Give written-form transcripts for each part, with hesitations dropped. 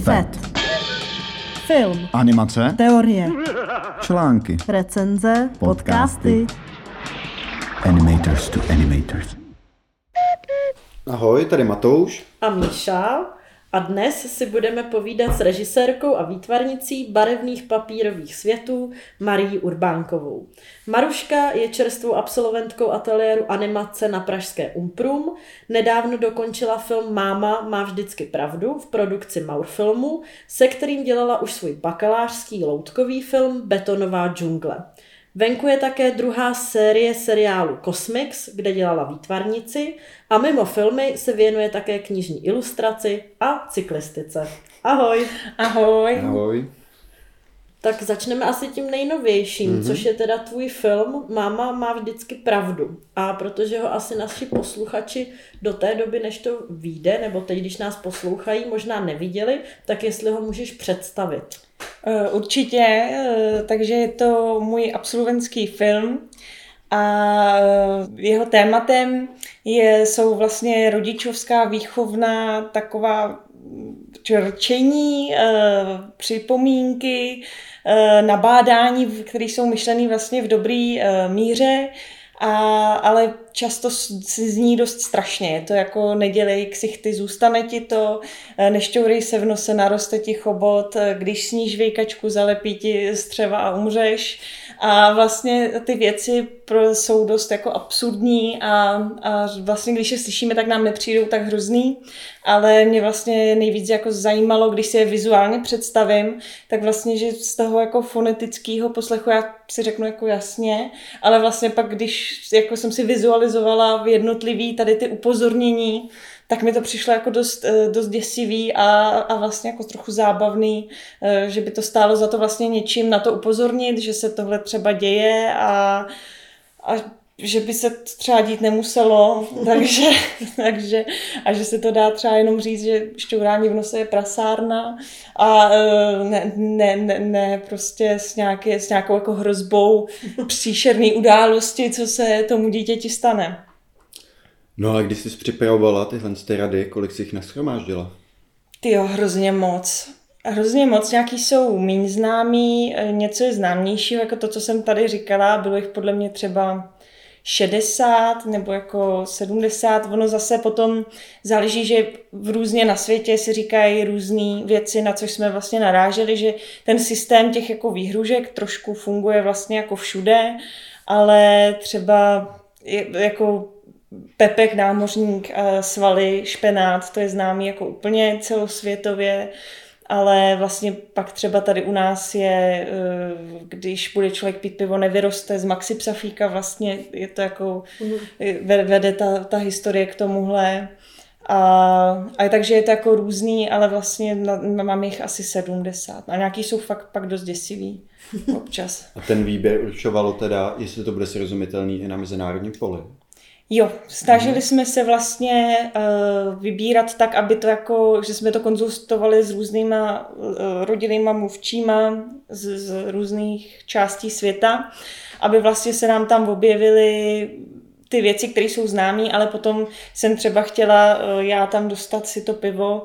FET. Film. Animace. Teorie. Články. Recenze. Podcasty. Animators to Animators. Ahoj, tady Matouš. A Míša. A dnes si budeme povídat s režisérkou a výtvarnicí barevných papírových světů Marií Urbánkovou. Maruška je čerstvou absolventkou ateliéru animace na pražské Umprum. Nedávno dokončila film Máma má vždycky pravdu v produkci Maurfilmu, se kterým dělala už svůj bakalářský loutkový film Betonová džungle. Venku je také druhá série seriálu Cosmix, kde dělala výtvarnici, a mimo filmy se věnuje také knižní ilustraci a cyklistice. Ahoj! Ahoj! Ahoj. Tak začneme asi tím nejnovějším, což je teda tvůj film Máma má vždycky pravdu. A protože ho asi naši posluchači do té doby, než to vyjde, nebo teď, když nás poslouchají, možná neviděli, tak jestli ho můžeš představit. Určitě, takže je to můj absolventský film a jeho tématem jsou vlastně rodičovská výchovná taková rčení, připomínky, nabádání, které jsou myšlené vlastně v dobrý míře, ale často zní dost strašně. Je to jako nedělej ksichty, zůstane ti to, nešťourej se v nose, naroste ti chobot, když sníš vejkačku, zalepí ti střeva a umřeš. A vlastně ty věci jsou dost jako absurdní a vlastně když je slyšíme, tak nám nepřijdou tak hrozný, ale mě vlastně nejvíc jako zajímalo, když si je vizuálně představím, tak vlastně, že z toho jako fonetického poslechu já si řeknu jako jasně, ale vlastně pak, když jako jsem si vizualizovala v jednotlivý tady ty upozornění, tak mi to přišlo jako dost děsivý a vlastně jako trochu zábavný, že by to stálo za to vlastně něčím na to upozornit, že se tohle třeba děje a že by se třeba dít nemuselo, takže že se to dá třeba jenom říct, že šťourání v nose je prasárna a ne prostě s nějakou jako hrozbou příšerný události, co se tomu dítěti stane. No ale když jsi připravovala tyhle rady, kolik jsi jich nashromáždila? Tyjo, hrozně moc, nějaký jsou méně známý, něco je známější, jako to, co jsem tady říkala, bylo jich podle mě třeba 60 nebo jako 70, ono zase potom záleží, že v různě na světě si říkají různé věci, na což jsme vlastně naráželi, že ten systém těch jako výhružek trošku funguje vlastně jako všude, ale třeba jako Pepek, námořník, svaly, špenát, to je známý jako úplně celosvětově, ale vlastně pak třeba tady u nás je, když bude člověk pít pivo, nevyroste z Maxi Psafíka, vlastně je to jako, vede ta historie k tomuhle. A takže je to jako různý, ale vlastně mám jich asi 70. A nějaký jsou fakt pak dost děsivý občas. A ten výběr určovalo teda, jestli to bude srozumitelný i na mezinárodním poli? Jo, snažili jsme se vlastně vybírat tak, aby to jako, že jsme to konzultovali s různýma rodinnýma mluvčíma z různých částí světa, aby vlastně se nám tam objevily ty věci, které jsou známé, ale potom jsem třeba chtěla já tam dostat si to pivo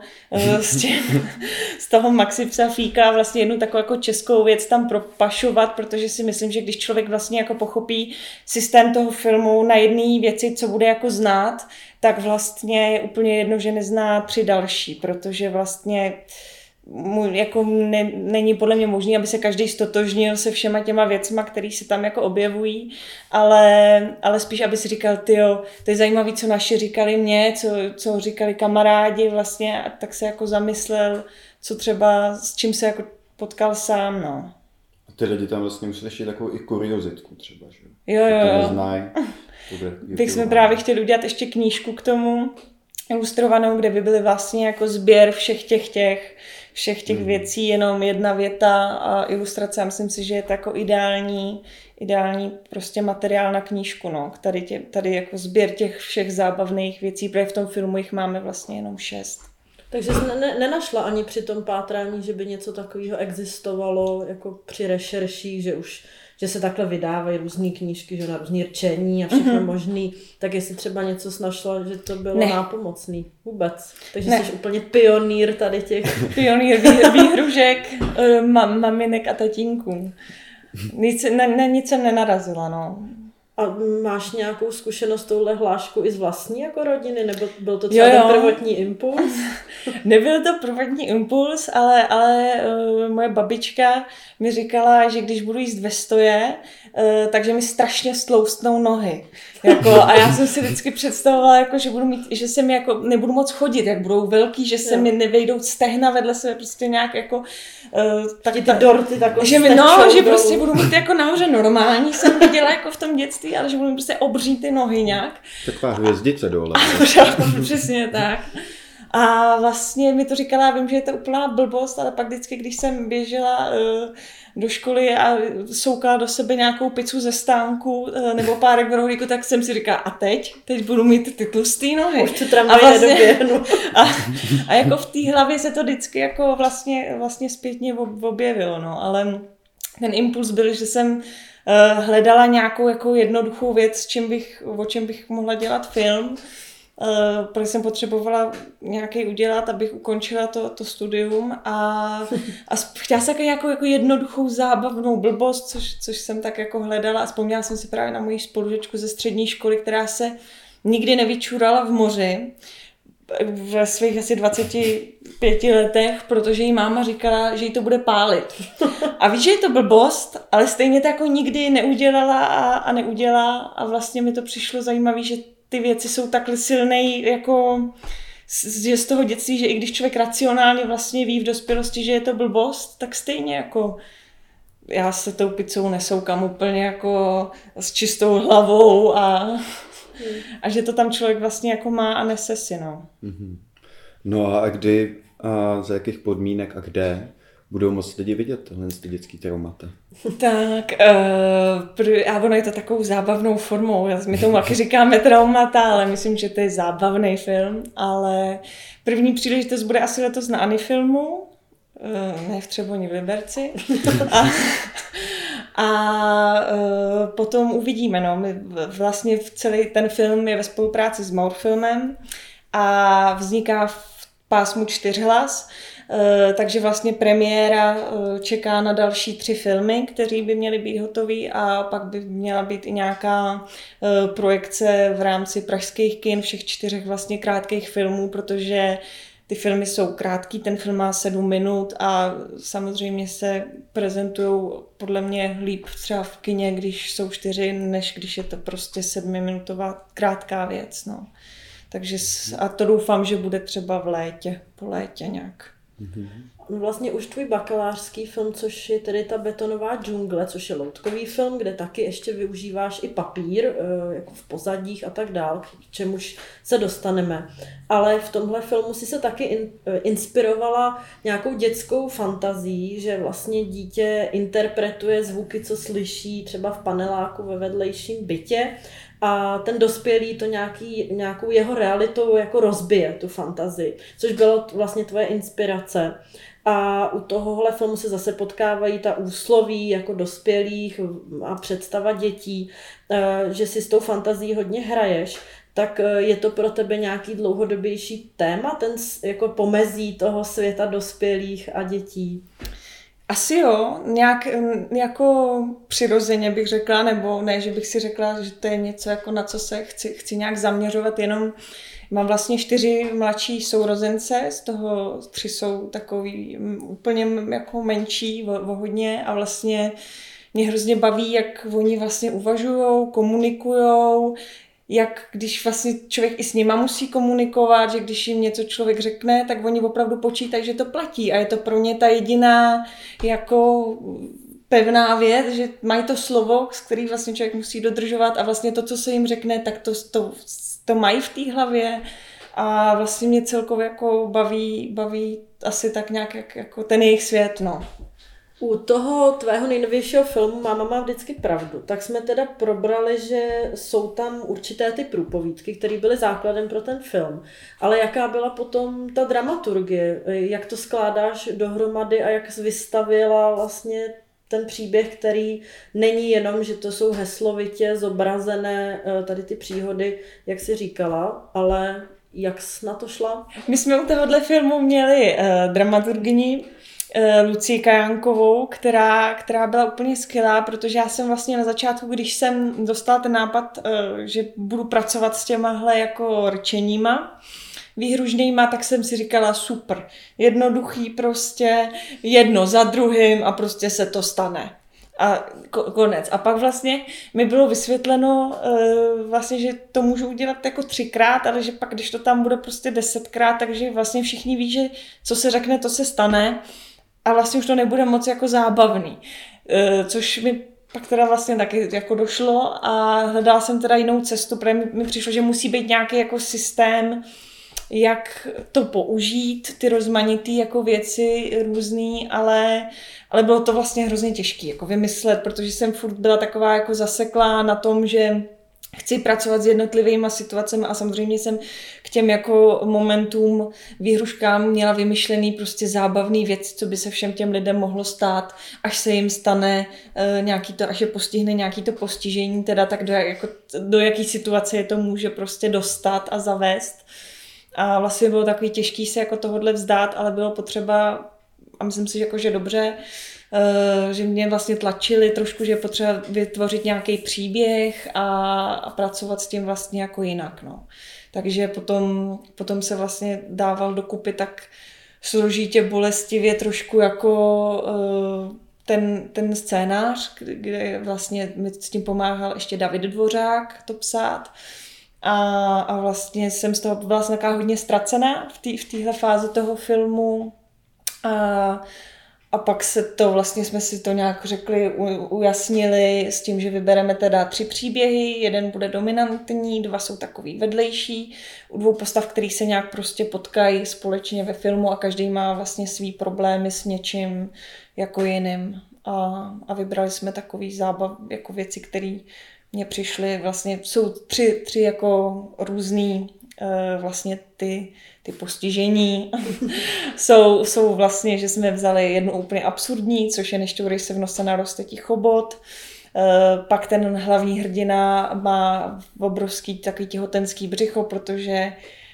z toho Maxi Psafíka, vlastně jednu takovou jako českou věc tam propašovat, protože si myslím, že když člověk vlastně jako pochopí systém toho filmu na jedné věci, co bude jako znát, tak vlastně je úplně jedno, že nezná 3 další, protože vlastně jako není podle mě možné, aby se každý stotožnil se všema těma věcma, které se tam jako objevují, ale spíš, aby si říkal, tyjo, to je zajímavé, co naši říkali mě, co říkali kamarádi vlastně, a tak se jako zamyslel, co třeba, s čím se jako potkal sám, no. A ty lidi tam vlastně musí ještě takovou i kuriozitku třeba, že? Jo. To neznají. Tak jsme právě chtěli udělat ještě knížku k tomu, ilustrovanou, kde by byly vlastně jako sběr všech těch věcí, jenom jedna věta a ilustrace. Já myslím si, že je to jako ideální prostě materiál na knížku, no. Tady jako sběr těch všech zábavných věcí, protože v tom filmu jich máme vlastně jenom 6. Takže jsi nenašla ani při tom pátrání, že by něco takového existovalo jako při rešerších, že už že se takhle vydávají různé knížky, že na různý rčení a všechno možný, tak jestli třeba něco našla, že to bylo nápomocný. Vůbec. Takže jsi úplně pionýr tady těch. Pionýr výhružek, maminek a tatínků. Na nic jsem nenarazila, no. A máš nějakou zkušenost touhle hláškou i z vlastní jako rodiny? Nebo byl to třeba ten prvotní impuls? Nebyl to prvotní impuls, ale moje babička mi říkala, že když budu jíst ve stoje, takže mi strašně stloustnou nohy. A já jsem si vždycky představovala, jako, že se mi jako nebudu moc chodit, jak budou velký, že se mi nevejdou stehna vedle sebe, prostě nějak jako... Ty dorty takové že prostě budu mít jako nahoře normální, jsem viděla jako v tom dětství, ale že budu mít prostě obří ty nohy nějak. Taková hvězdice dole. Přesně tak. A vlastně mi to říkala, vím, že je to úplná blbost, ale pak vždycky, když jsem běžela do školy a soukala do sebe nějakou pizzu ze stánku nebo párek v rohlíku, tak jsem si říkala, a teď budu mít ty tlustý nohy. Už to tramvaj nedoběhnu. A jako v té hlavě se to vždycky jako vlastně zpětně objevilo, no, ale ten impuls byl, že jsem hledala nějakou jako jednoduchou věc, o čem bych mohla dělat film, protože jsem potřebovala nějaký udělat, abych ukončila to studium a chtěla jsem jako jednoduchou zábavnou blbost, což jsem tak jako hledala a vzpomněla jsem si právě na moji spolužečku ze střední školy, která se nikdy nevyčurala v moři ve svých asi 25 letech, protože jí máma říkala, že jí to bude pálit. A víš, že je to blbost, ale stejně to jako nikdy neudělala a neudělá a vlastně mi to přišlo zajímavé, že ty věci jsou takhle silnej, jako z toho dětství, že i když člověk racionálně vlastně ví v dospělosti, že je to blbost, tak stejně jako já se tou pizzou nesoukám úplně jako s čistou hlavou a že to tam člověk vlastně jako má a nese si, no. No a kdy, a za jakých podmínek a kde budou moct lidi vidět tohle dětský traumata? Tak, a ono je to takovou zábavnou formou. My tomu taky říkáme traumata, ale myslím, že to je zábavný film. Ale první příležitost bude asi letos na Anifilmu, ne v Třeboni, v Liberci. A potom uvidíme. No. Vlastně celý ten film je ve spolupráci s Morfilmem a vzniká v pásmu 4 hlas. Takže vlastně premiéra čeká na další 3 filmy, které by měly být hotové a pak by měla být i nějaká projekce v rámci pražských kin, všech 4 vlastně krátkých filmů, protože ty filmy jsou krátký, ten film má 7 minut a samozřejmě se prezentují podle mě líp třeba v kině, když jsou 4, než když je to prostě 7minutová krátká věc. No. Takže a to doufám, že bude třeba po létě nějak. Vlastně už tvůj bakalářský film, což je tedy ta Betonová džungle, což je loutkový film, kde taky ještě využíváš i papír, jako v pozadích a tak dál, k čemuž se dostaneme. Ale v tomhle filmu si se taky inspirovala nějakou dětskou fantazí, že vlastně dítě interpretuje zvuky, co slyší třeba v paneláku ve vedlejším bytě, a ten dospělý to nějakou jeho realitou jako rozbije tu fantazii, což bylo vlastně tvoje inspirace. A u tohohle filmu se zase potkávají ta úsloví jako dospělých a představa dětí, že si s tou fantazí hodně hraješ. Tak je to pro tebe nějaký dlouhodobější téma, ten jako pomezí toho světa dospělých a dětí? Asi jo, nějak jako přirozeně bych řekla, nebo ne, že bych si řekla, že to je něco, jako na co se chci nějak zaměřovat, jenom mám vlastně 4 mladší sourozence, z toho 3 jsou takový úplně jako menší o hodně a vlastně mě hrozně baví, jak oni vlastně uvažujou, komunikujou, jak když vlastně člověk i s nima musí komunikovat, že když jim něco člověk řekne, tak oni opravdu počítají, že to platí a je to pro ně ta jediná jako pevná věc, že mají to slovo, s který vlastně člověk musí dodržovat a vlastně to, co se jim řekne, tak to mají v té hlavě a vlastně mě celkově jako baví asi tak nějak jako ten jejich svět, no. U toho tvého nejnovějšího filmu Máma má vždycky pravdu, tak jsme teda probrali, že jsou tam určité ty průpovídky, které byly základem pro ten film. Ale jaká byla potom ta dramaturgie? Jak to skládáš dohromady a jak jsi vystavila vlastně ten příběh, který není jenom, že to jsou heslovitě zobrazené tady ty příhody, jak jsi říkala, ale jak jsi na to šla? My jsme u tohohle filmu měli dramaturgyni Lucii Kajánkovou, která byla úplně skvělá, protože já jsem vlastně na začátku, když jsem dostala ten nápad, že budu pracovat s těmahle jako rčeníma výhružnýma, tak jsem si říkala super, jednoduchý prostě, jedno za druhým a prostě se to stane. A konec. A pak vlastně mi bylo vysvětleno, vlastně, že to můžu udělat jako 3krát, ale že pak, když to tam bude prostě 10krát, takže vlastně všichni ví, že co se řekne, to se stane a vlastně už to nebude moc jako zábavný. Což mi pak teda vlastně taky jako došlo a hledala jsem teda jinou cestu, protože mi přišlo, že musí být nějaký jako systém, jak to použít, ty rozmanitý jako věci různý, ale bylo to vlastně hrozně těžké jako vymyslet, protože jsem furt byla taková jako zaseklá na tom, že chci pracovat s jednotlivými situacemi a samozřejmě jsem k těm jako momentům, výhruškám měla vymyšlený prostě zábavný věc, co by se všem těm lidem mohlo stát, až se jim stane nějaký to, až je postihne nějaký to postižení, teda tak do jaký situace je to může prostě dostat a zavést. A vlastně bylo takový těžký se jako tohodle vzdát, ale bylo potřeba, a myslím si, že dobře, že mě vlastně tlačili trošku, že je potřeba vytvořit nějaký příběh a pracovat s tím vlastně jako jinak. No. Takže potom se vlastně dával dokupy tak složitě, bolestivě trošku jako ten scénář, kde vlastně mi s tím pomáhal ještě David Dvořák to psát. A vlastně jsem z toho byla taková hodně ztracená v téhle fázi toho filmu. A pak se to vlastně jsme si to nějak řekli, ujasnili s tím, že vybereme teda 3 příběhy, jeden bude dominantní, 2 jsou takový vedlejší, u 2 postav, který se nějak prostě potkají společně ve filmu a každý má vlastně svý problémy s něčím jako jiným. A vybrali jsme takový zábav, jako věci, které mně přišly, vlastně jsou 3 jako různý vlastně ty postižení. jsou vlastně, že jsme vzali jednu úplně absurdní, což je nešťourej se v nose naroste ti chobot. Pak ten hlavní hrdina má obrovský takový těhotenský břicho, protože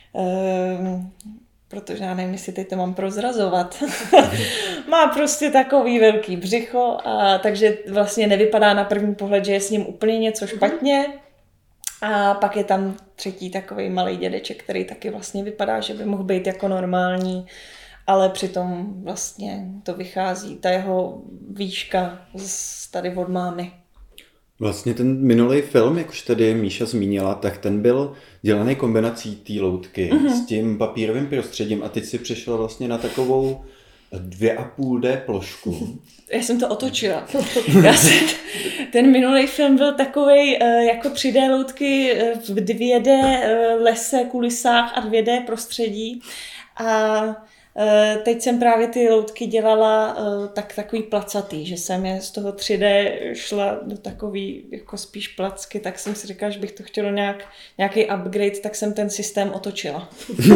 já nevím, jestli teď to mám prozrazovat. Má prostě takový velký břicho, takže vlastně nevypadá na první pohled, že je s ním úplně něco špatně. A pak je tam 3. takový malý dědeček, který taky vlastně vypadá, že by mohl být jako normální, ale přitom vlastně to vychází, ta jeho výška tady od mámy. Vlastně ten minulý film, jak už tady Míša zmínila, tak ten byl dělaný kombinací té loutky s tím papírovým prostředím a teď si přišla vlastně na takovou 2,5D plošku. Já jsem to otočila. Ten minulý film byl takovej jako 3D loutky v 2D lese, kulisách a 2D prostředí. A teď jsem právě ty loutky dělala takový placatý, že jsem je z toho 3D šla do takový jako spíš placky, tak jsem si říkala, že bych to chtěla nějaký upgrade, tak jsem ten systém otočila.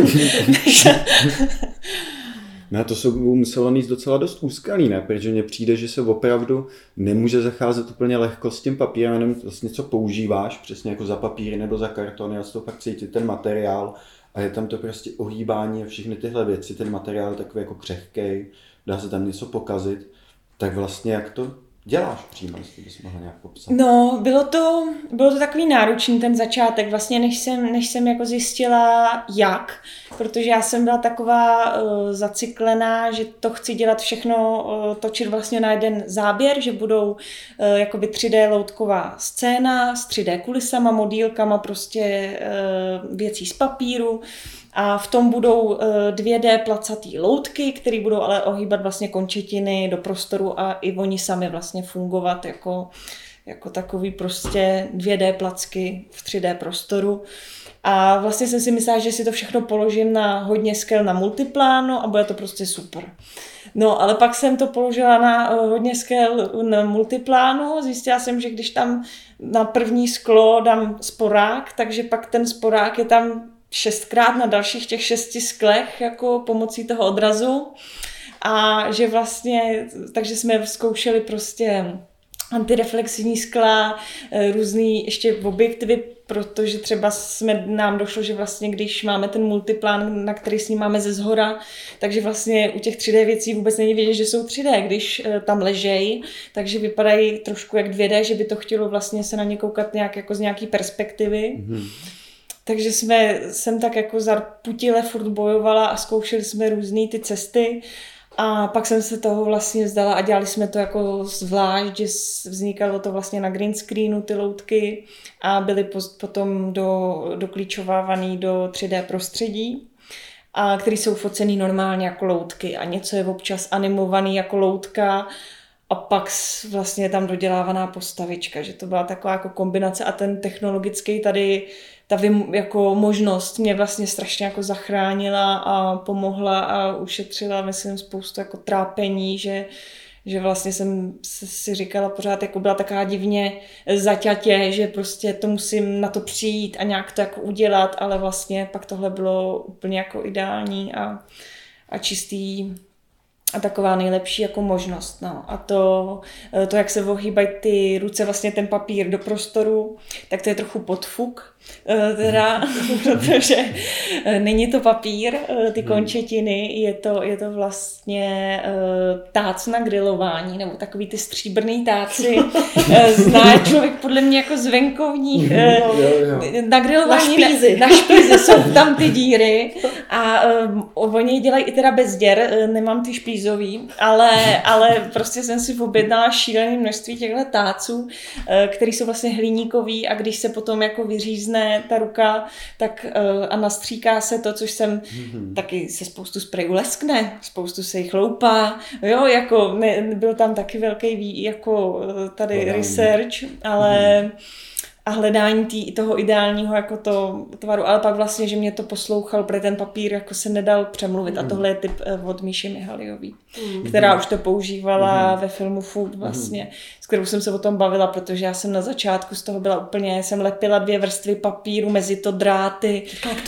No to jsou muselo mít docela dost úskalý, ne? Protože mně přijde, že se opravdu nemůže zacházet úplně lehko s tím papírem, jenom vlastně co používáš, přesně jako za papíry nebo za kartony, a z toho pak cítit ten materiál a je tam to prostě ohýbání a všechny tyhle věci, ten materiál je takový jako křehkej, dá se tam něco pokazit, tak vlastně jak to děláš přímo, jestli bys mohla nějak popsat? No, bylo to takový náročný ten začátek, vlastně než jsem jako zjistila jak, protože já jsem byla taková zacyklená, že to chci dělat všechno, točit vlastně na jeden záběr, že budou jakoby 3D loutková scéna s 3D kulisama, modílkama, prostě věcí z papíru. A v tom budou 2D placatý loutky, které budou ale ohýbat vlastně končetiny do prostoru a i oni sami vlastně fungovat jako takový prostě 2D placky v 3D prostoru. A vlastně jsem si myslela, že si to všechno položím na hodně skel na multiplánu a bude to prostě super. No, ale pak jsem to položila na hodně skel na multiplánu, zjistila jsem, že když tam na první sklo dám sporák, takže pak ten sporák je tam 6krát na dalších těch 6 sklech jako pomocí toho odrazu. a že vlastně, takže jsme zkoušeli prostě antireflexivní skla, různý ještě objektivy, protože třeba nám došlo, že vlastně když máme ten multiplán, na který snímáme ze zhora, takže vlastně u těch 3D věcí vůbec není vidět, že jsou 3D, když tam ležejí, takže vypadají trošku jak 2D, že by to chtělo vlastně se na ně koukat nějak jako z nějaký perspektivy. Takže jsem tak jako zarputile furt bojovala a zkoušeli jsme různý ty cesty. A pak jsem se toho vlastně vzdala a dělali jsme to jako zvlášť, že vznikalo to vlastně na green screenu ty loutky a byly potom doklíčovávaný do 3D prostředí, a který jsou focený normálně jako loutky a něco je občas animovaný jako loutka a pak vlastně tam dodělávaná postavička, že to byla taková jako kombinace a ten technologický tady ta jako možnost mě vlastně strašně jako zachránila a pomohla a ušetřila, myslím, spoustu jako trápení, že vlastně jsem si říkala pořád, jako byla taková divně zaťatě, že prostě to musím na to přijít a nějak to jako udělat, ale vlastně pak tohle bylo úplně jako ideální a čistý a taková nejlepší jako možnost. No. A to, jak se ohýbají ty ruce, vlastně ten papír do prostoru, tak to je trochu podfuk, teda, protože není to papír, ty končetiny, je to vlastně tác na grilování, nebo takový ty stříbrný táci. Zná člověk podle mě jako z venkovních na grilování, na špízy jsou tam ty díry a oni dělají i teda bez děr, nemám ty špízový, ale prostě jsem si objednala šílené množství těchto táců, které jsou vlastně hliníkový a když se potom jako vyřízne ta ruka, tak a nastříká se to, což jsem taky se spoustu sprejů leskne, spoustu se jich loupá, jo, jako byl tam taky velký jako tady research, ale a hledání toho ideálního jako to tvaru, ale pak vlastně, že mě to poslouchal, protože ten papír jako se nedal přemluvit a tohle je typ od Míši Mihaliový, která už to používala ve filmu Food vlastně, s kterou jsem se o tom bavila, protože já jsem na začátku z toho byla úplně, jsem lepila 2 vrstvy papíru mezi to dráty.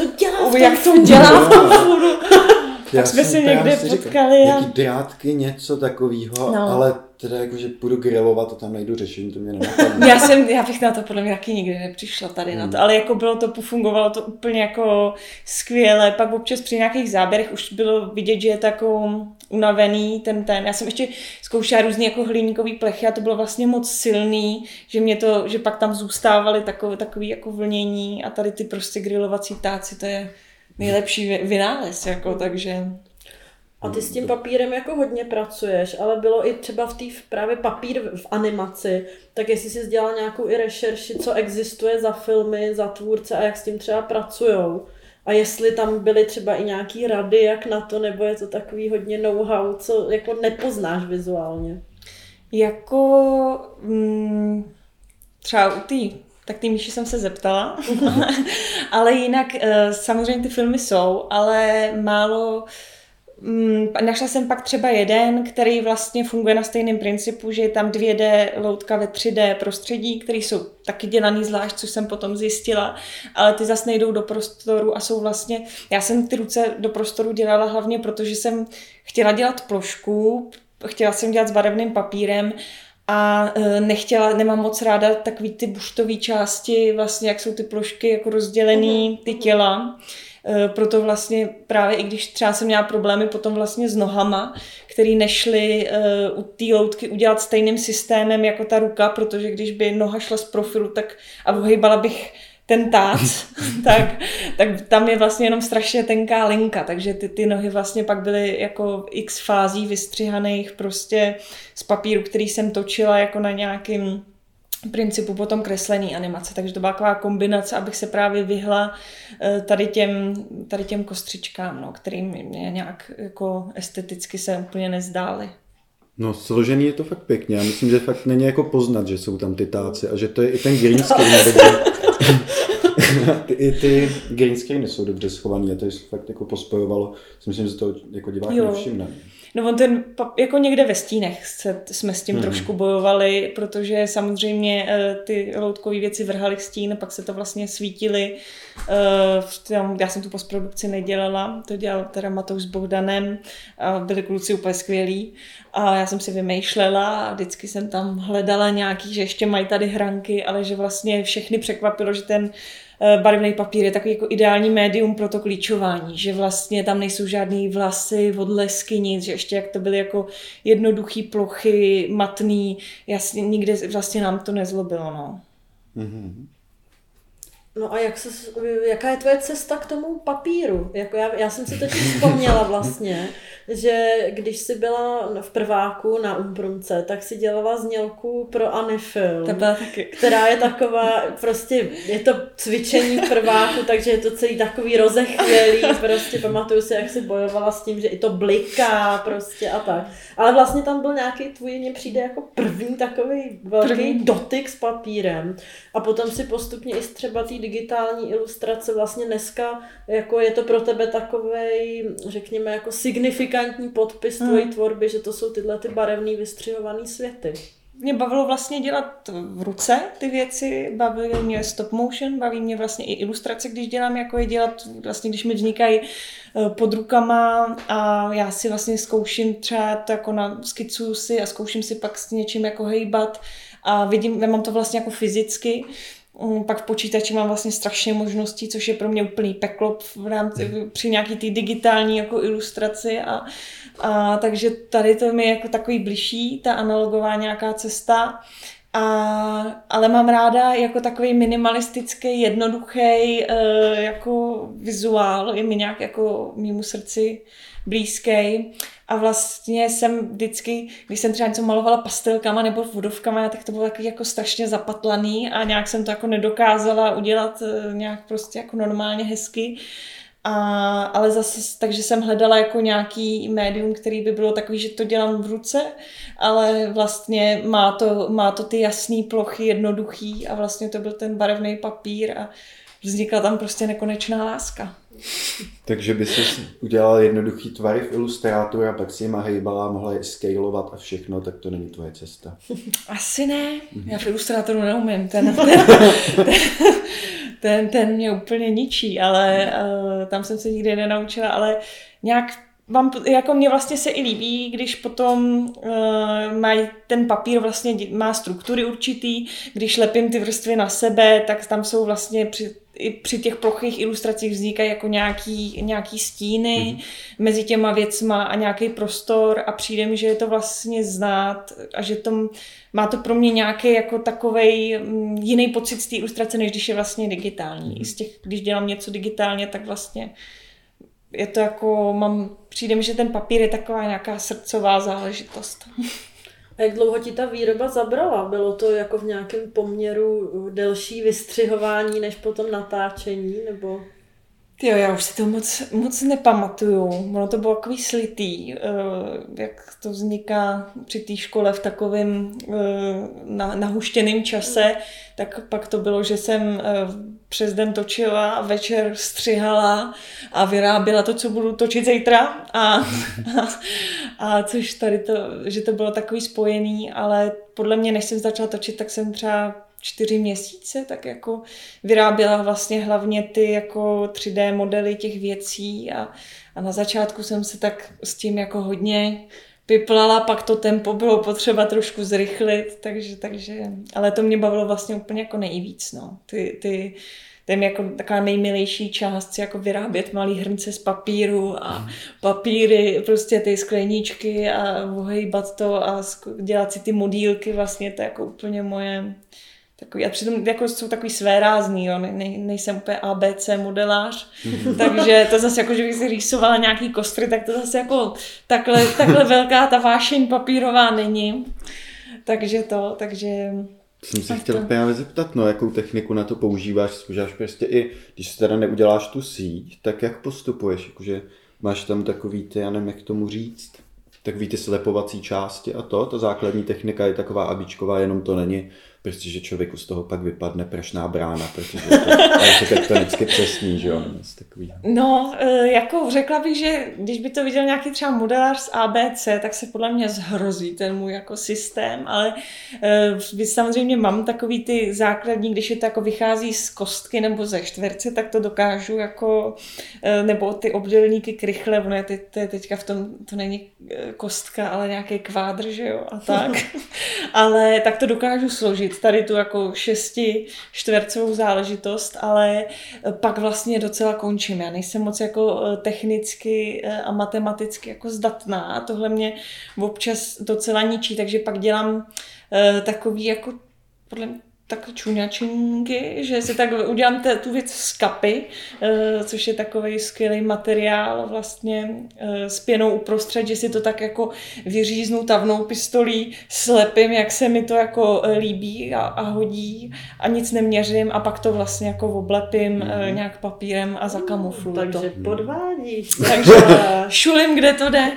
Jak to dělá v tom Foodu? Tak jsme se někde potkali. Jaký drátky, něco takového, ale teda jako, že půjdu grilovat, to tam najdu řešení, to mě nenapadne. Já bych na to podle mě taky nikdy nepřišla tady na to, ale jako bylo to, fungovalo to úplně jako skvěle, pak občas při nějakých záběrech už bylo vidět, že je to jako unavený ten. Já jsem ještě zkoušela různý jako hliníkový plechy a to bylo vlastně moc silný, že pak tam zůstávaly takový jako vlnění a tady ty prostě grilovací táci, to je nejlepší vynález, jako, takže... A ty s tím papírem jako hodně pracuješ, ale bylo i třeba právě papír v animaci, tak jestli jsi dělal nějakou i rešerši, co existuje za filmy, za tvůrce a jak s tím třeba pracujou. A jestli tam byly třeba i nějaký rady, jak na to, nebo je to takový hodně know-how, co jako nepoznáš vizuálně. Jako třeba tak ty Míši jsem se zeptala, ale jinak samozřejmě ty filmy jsou, ale málo. Našla jsem pak třeba jeden, který vlastně funguje na stejném principu, že je tam 2D loutka ve 3D prostředí, které jsou taky dělaný zvlášť, což jsem potom zjistila, ale ty zase nejdou do prostoru a jsou vlastně, já jsem ty ruce do prostoru dělala hlavně, protože jsem chtěla dělat plošku, chtěla jsem dělat s barevným papírem a nemám moc ráda takový ty buštové části, vlastně jak jsou ty plošky jako rozdělený, ty těla. Proto vlastně právě i když třeba jsem měla problémy potom vlastně s nohama, který nešly u té loutky udělat stejným systémem jako ta ruka, protože když by noha šla z profilu tak a ohejbala bych ten tác, tak tam je vlastně jenom strašně tenká linka, takže ty nohy vlastně pak byly jako x fází vystřihaných prostě z papíru, který jsem točila jako na nějakým principu potom kreslený animace, takže to byla taková kombinace, abych se právě vyhla tady těm kostřičkám, no, který mě nějak jako esteticky se úplně nezdály. No, složený je to fakt pěkně. Já myslím, že fakt není jako poznat, že jsou tam ty táci a že to je i ten green screen. Ty green screeny jsou dobře schovaný a to je fakt jako pospojovalo. Myslím, že to jako divák nevšimne. No on jako někde ve stínech jsme s tím trošku bojovali, protože samozřejmě ty loutkové věci vrhaly stín, pak se to vlastně svítily. Já jsem tu postprodukci nedělala, to dělal teda Matouš s Bohdanem a byli kluci úplně skvělí. A já jsem si vymýšlela a vždycky jsem tam hledala nějaký, že ještě mají tady hranky, ale že vlastně všechny překvapilo, že ten barevný papír je takový jako ideální médium pro to klíčování, že vlastně tam nejsou žádný vlasy, odlesky, nic, že ještě jak to byly jako jednoduchý plochy, matný, jasně nikde vlastně nám to nezlobilo, no. Mm-hmm. No a jaká je tvoje cesta k tomu papíru? Jako já jsem si totiž vzpomněla vlastně, že když jsi byla v prváku na Umprumce, tak si dělala znělku pro Anifilm, která je taková, prostě je to cvičení v prváku, takže je to celý takový rozechvělý, prostě pamatuju si, jak jsi bojovala s tím, že i to bliká prostě a tak. Ale vlastně tam byl nějaký tvůj, mně přijde jako první takový velký dotyk s papírem a potom si postupně i třeba té digitální ilustrace vlastně dneska, jako je to pro tebe takovej, řekněme, jako signifikantní podpis tvojí tvorby, že to jsou tyhle ty barevný vystřihovaný světy. Mě bavilo vlastně dělat v ruce ty věci, baví mě stop motion, baví mě vlastně i ilustrace, když dělám, jako je dělat vlastně, když mi vznikají pod rukama a já si vlastně zkouším třeba to jako skicuju si a zkouším si pak s něčím jako hejbat a vidím, já mám to vlastně jako fyzicky. Pak v počítači mám vlastně strašně možností, což je pro mě úplný peklo v rámci, při nějaký té digitální jako ilustraci a takže tady to mi je jako takový bližší, ta analogová nějaká cesta. Ale mám ráda jako takový minimalistický, jednoduchý jako vizuál, je mi nějak jako mému srdci blízký. A vlastně jsem vždycky, když jsem třeba něco malovala pastelkama nebo vodovkama, tak to bylo takový jako strašně zapatlaný a nějak jsem to jako nedokázala udělat nějak prostě jako normálně hezky. Ale zase, takže jsem hledala jako nějaký médium, který by bylo takový, že to dělám v ruce, ale vlastně má to ty jasné plochy, jednoduchý a vlastně to byl ten barevný papír a vznikla tam prostě nekonečná láska. Takže by si udělala jednoduchý tvary v Illustratoru a pak si jima hejbala, mohla je scalovat a všechno, tak to není tvoje cesta. Asi ne, já v Illustratoru neumím, ten mě úplně ničí, ale tam jsem se nikdy nenaučila, ale nějak jako mě vlastně se i líbí, když potom mají ten papír vlastně má struktury určitý, když lepím ty vrstvy na sebe, tak tam jsou vlastně při těch plochých ilustracích vznikají jako nějaký stíny mezi těma věcma a nějaký prostor a přijde mi, že je to vlastně znát a že má to pro mě nějaký jako takovej jiný pocit z té ilustrace, než když je vlastně digitální. Když dělám něco digitálně, tak vlastně je to jako, přijde mi, že ten papír je taková nějaká srdcová záležitost. A jak dlouho ti ta výroba zabrala? Bylo to jako v nějakém poměru delší vystřihování než potom natáčení? Nebo... Jo, já už si to moc nepamatuju. Ono to bylo takový slitý, jak to vzniká při té škole v takovém nahuštěném čase, tak pak to bylo, že jsem přes den točila a večer střihala a vyráběla to, co budu točit zítra a což tady to, že to bylo takový spojený, ale podle mě, než jsem začala točit, tak jsem třeba 4 měsíce, tak jako vyráběla vlastně hlavně ty jako 3D modely těch věcí a na začátku jsem se tak s tím jako hodně piplala, pak to tempo bylo potřeba trošku zrychlit, takže ale to mě bavilo vlastně úplně jako nejvíc, no. To je jako taková nejmilejší část, jako vyrábět malý hrnce z papíru a papíry, prostě ty skleníčky a ohejbat to a dělat si ty modílky, vlastně to je jako úplně moje takový, a přitom jako jsou takový svérázný, jo, nejsem úplně ABC modelář, takže to zase jako, že bych si rýsovala nějaký kostry, tak to zase jako takhle velká ta vášeň papírová není, takže jsem se chtěl právě zeptat, no, jakou techniku na to používáš, prostě i, když si teda neuděláš tu síť, tak jak postupuješ, jakože máš tam takový ty, já nevím, jak tomu říct, takový ty slepovací části a ta základní technika je taková abičková, jenom to není protože člověku z toho pak vypadne prašná brána, protože je to architektonicky přesný, že jo, takový. No, jako řekla bych, že když by to viděl nějaký třeba modelář z ABC, tak se podle mě zhrozí ten můj jako systém, ale samozřejmě mám takový ty základní, když je to jako vychází z kostky nebo ze čtverce, tak to dokážu jako, nebo ty obdélníky krychle, ono je teďka v tom, to není kostka, ale nějaký kvádr, že jo, a tak. Ale tak to dokážu složit, tady tu jako 6 čtvercovou záležitost, ale pak vlastně docela končím. Já nejsem moc jako technicky a matematicky jako zdatná a tohle mě občas docela ničí, takže pak dělám takový jako podle mě tak čuňačinky, že si tak udělám tu věc z kapy, což je takový skvělý materiál vlastně s pěnou uprostřed, že si to tak jako vyříznu tavnou pistolí, slepím, jak se mi to jako líbí a hodí a nic neměřím a pak to vlastně jako oblepím nějak papírem a zakamufluju to. Takže podvádíš. Takže šulím, kde to jde.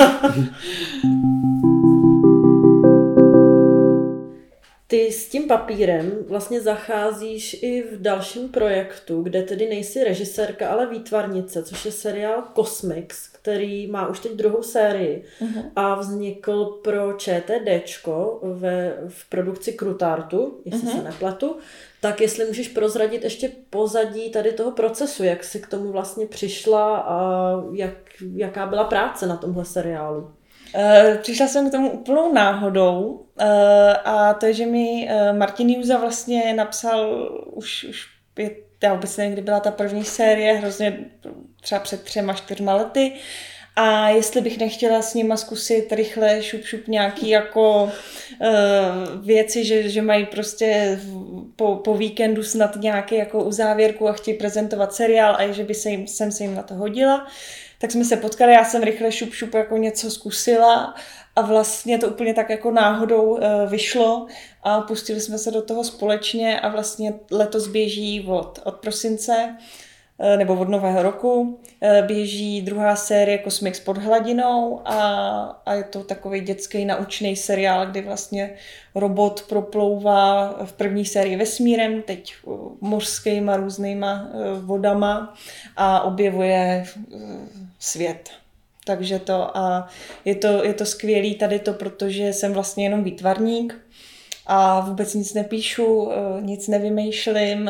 Ty s tím papírem vlastně zacházíš i v dalším projektu, kde tedy nejsi režisérka, ale výtvarnice, což je seriál Cosmix, který má už teď 2. sérii a vznikl pro ČTDčko v produkci Krutartu, jestli se nepletu. Tak jestli můžeš prozradit ještě pozadí tady toho procesu, jak jsi k tomu vlastně přišla a jaká byla práce na tomhle seriálu? Přišla jsem k tomu úplnou náhodou a to je, že mi Martin Júza vlastně napsal už já vůbec nevím, kdy byla ta první série, hrozně třeba před 3-4 lety a jestli bych nechtěla s nima zkusit rychle šup nějaký jako věci, že mají prostě po víkendu snad nějaký jako uzávěrku a chtějí prezentovat seriál a že by jsem se jim na to hodila. Tak jsme se potkali, já jsem rychle šup jako něco zkusila a vlastně to úplně tak jako náhodou vyšlo a pustili jsme se do toho společně a vlastně letos běží od prosince nebo od nového roku běží 2. série Cosmix pod hladinou a je to takový dětský naučný seriál, kdy vlastně robot proplouvá v první sérii vesmírem, teď mořskýma různýma vodama a objevuje svět. Takže to a je to skvělý tady to, protože jsem vlastně jenom výtvarník a vůbec nic nepíšu, nic nevymýšlím,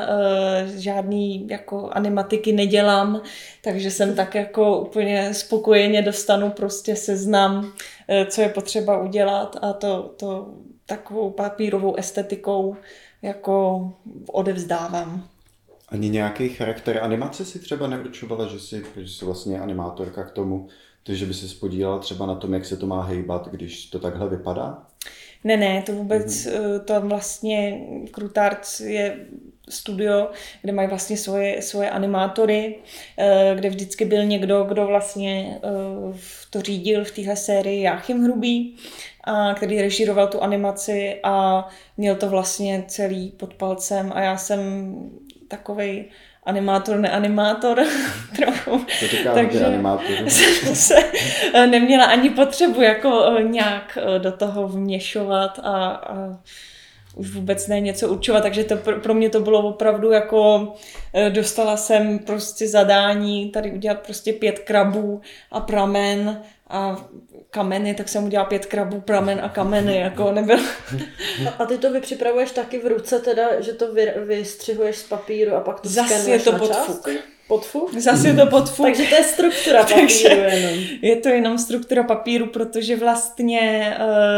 žádný jako animatiky nedělám, takže jsem tak jako úplně spokojeně dostanu prostě seznam, co je potřeba udělat a to takovou papírovou estetikou jako odevzdávám. Ani nějaký charakter animace si třeba neurčovala, že jsi vlastně animátorka k tomu, takže by se podílela třeba na tom, jak se to má hejbat, když to takhle vypadá? Ne, to vůbec, to vlastně Krutarts je studio, kde mají vlastně svoje animátory, kde vždycky byl někdo, kdo vlastně to řídil v téhle sérii, Jáchym Hrubý, který režíroval tu animaci a měl to vlastně celý pod palcem a já jsem takovej neanimátor trochu. Takže jsem se neměla ani potřebu jako nějak do toho vměšovat a už vůbec ne něco určovat, takže to pro mě to bylo opravdu jako dostala jsem prostě zadání tady udělat prostě 5 krabů a pramen a kameny, tak jsem udělala 5 krabů, pramen a kameny, jako nebyl. A ty to připravuješ taky v ruce teda, že to vystřihuješ z papíru a pak to zase skenuješ je to na podfuk. Podfuk? Zase je to podfuk. Takže to je struktura papíru jenom. Je to jenom struktura papíru, protože vlastně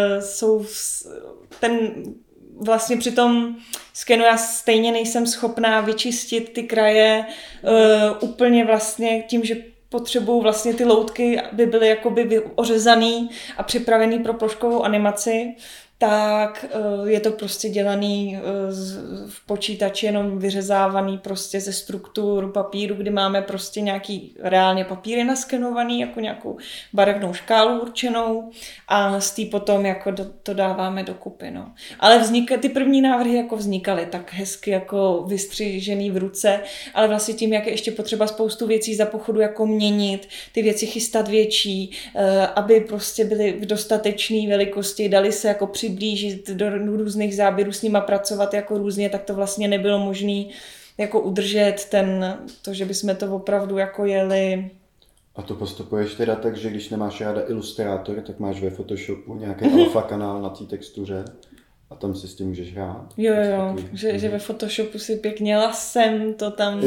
vlastně při tom skenu já stejně nejsem schopná vyčistit ty kraje úplně vlastně tím, že potřebuju vlastně ty loutky, aby byly jakoby ořezaný a připravený pro ploškovou animaci, tak je to prostě dělaný v počítači, jenom vyřezávaný prostě ze struktur papíru, kdy máme prostě nějaký reálně papíry naskenovaný, jako nějakou barevnou škálu určenou a z té potom jako to dáváme dokupy. No. Ale ty první návrhy jako vznikaly tak hezky jako vystřižený v ruce, ale vlastně tím, jak je ještě potřeba spoustu věcí za pochodu jako měnit, ty věci chystat větší, aby prostě byly v dostatečné velikosti, dali se jako přiblížit do různých záběrů, s nima pracovat jako různě, tak to vlastně nebylo možné jako udržet to, že bychom to opravdu jako jeli. A to postupuješ teda tak, že když nemáš ráda ilustrátor, tak máš ve Photoshopu nějaký alfa kanál na té textuře a tam si s tím můžeš hrát. Jo, že ve Photoshopu si pěkně lasem to tam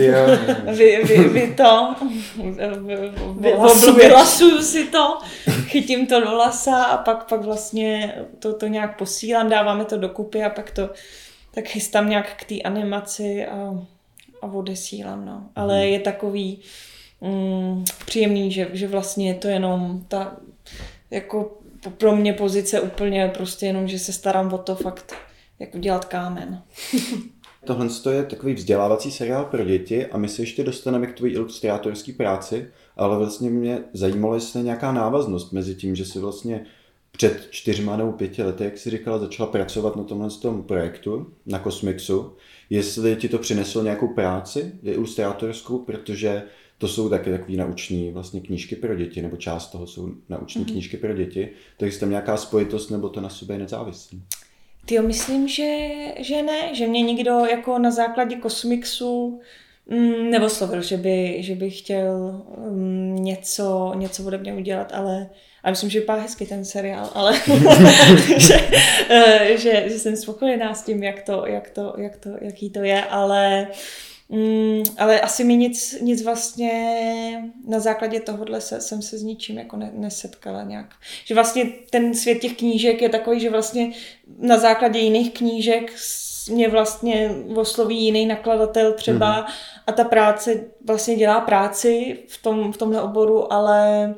vylasuju si to, chytím to do lasa a pak vlastně to nějak posílám, dáváme to dokupy a pak to tak chystám nějak k té animaci a odesílám, no. Ale je takový příjemný, že vlastně je to jenom ta jako pro mě pozice úplně prostě jenom, že se starám o to fakt jak udělat kámen. Tohle je takový vzdělávací seriál pro děti a my se ještě dostaneme k tvojí ilustrátorské práci, ale vlastně mě zajímalo, jestli je nějaká návaznost mezi tím, že si vlastně před 4 nebo 5 lety, jak jsi říkala, začala pracovat na tomhle projektu, na Cosmixu, jestli ti to přineslo nějakou práci, ilustrátorskou, protože to jsou taky takový nauční vlastně knížky pro děti, nebo část toho jsou nauční knížky pro děti, takže tam nějaká spojitost, nebo to na sobě nezávislí? Tyjo, myslím, že ne, že mě nikdo jako na základě Cosmixu neoslovil, že by chtěl něco ode mě udělat, ale myslím, že vypadá hezky ten seriál, ale že jsem spokojená s tím, jaký to je, ale asi mi nic vlastně na základě tohohle jsem se s ničím jako nesetkala nějak. Že vlastně ten svět těch knížek je takový, že vlastně na základě jiných knížek mě vlastně osloví jiný nakladatel třeba a ta práce vlastně dělá práci v tomhle oboru, ale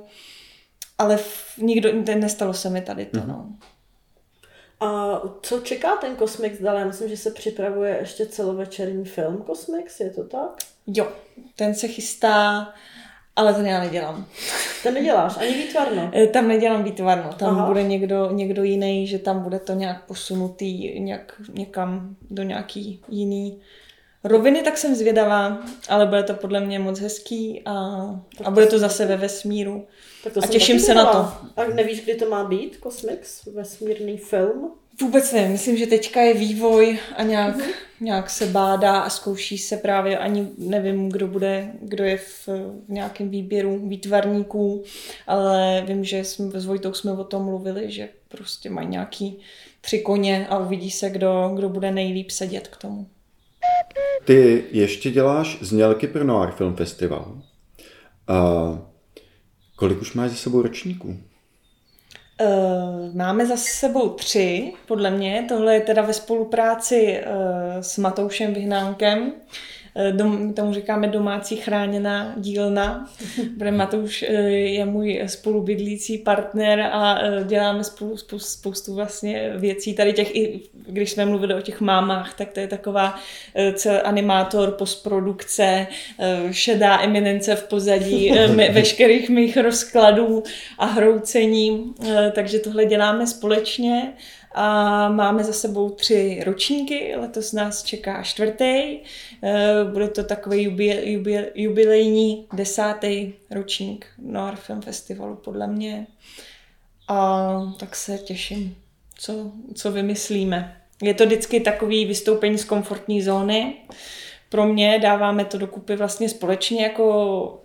nestalo se mi tady to, no. A co čeká ten Cosmix dál? Já myslím, že se připravuje ještě celovečerní film Cosmix, je to tak? Jo, ten se chystá, ale ten já nedělám. Ten neděláš, ani výtvarno? Tam nedělám výtvarno, tam bude někdo jiný, že tam bude to nějak posunutý někam do nějaký jiný roviny, tak jsem zvědavá, ale bude to podle mě moc hezký a bude to zase ve vesmíru. A těším se na to. A nevíš, kdy to má být, Cosmix, vesmírný film? Vůbec nevím, myslím, že teďka je vývoj a nějak se bádá a zkouší se právě, ani nevím, kdo je v nějakém výběru výtvarníků, ale vím, že s Vojtou jsme o tom mluvili, že prostě mají nějaký 3 koně a uvidí se, kdo bude nejlíp sedět k tomu. Ty ještě děláš znělky pro Noir Film Festival. Kolik už máš za sebou ročníků? Máme za sebou 3, podle mě. Tohle je teda ve spolupráci s Matoušem Vyhnánkem. Tomu říkáme domácí chráněná dílna, protože Matouš je můj spolubydlící partner a děláme spolu spoustu vlastně věcí. Tady i když jsme mluvili o těch mámách, tak to je taková animátor, postprodukce, šedá eminence v pozadí veškerých mých rozkladů a hroucení, takže tohle děláme společně. A máme za sebou 3 ročníky, letos nás čeká 4. Bude to takový jubilejní 10. ročník Noir Film Festivalu podle mě. A tak se těším, co vymyslíme. Je to vždycky takový vystoupení z komfortní zóny. Pro mě dáváme to dokupy vlastně společně, jako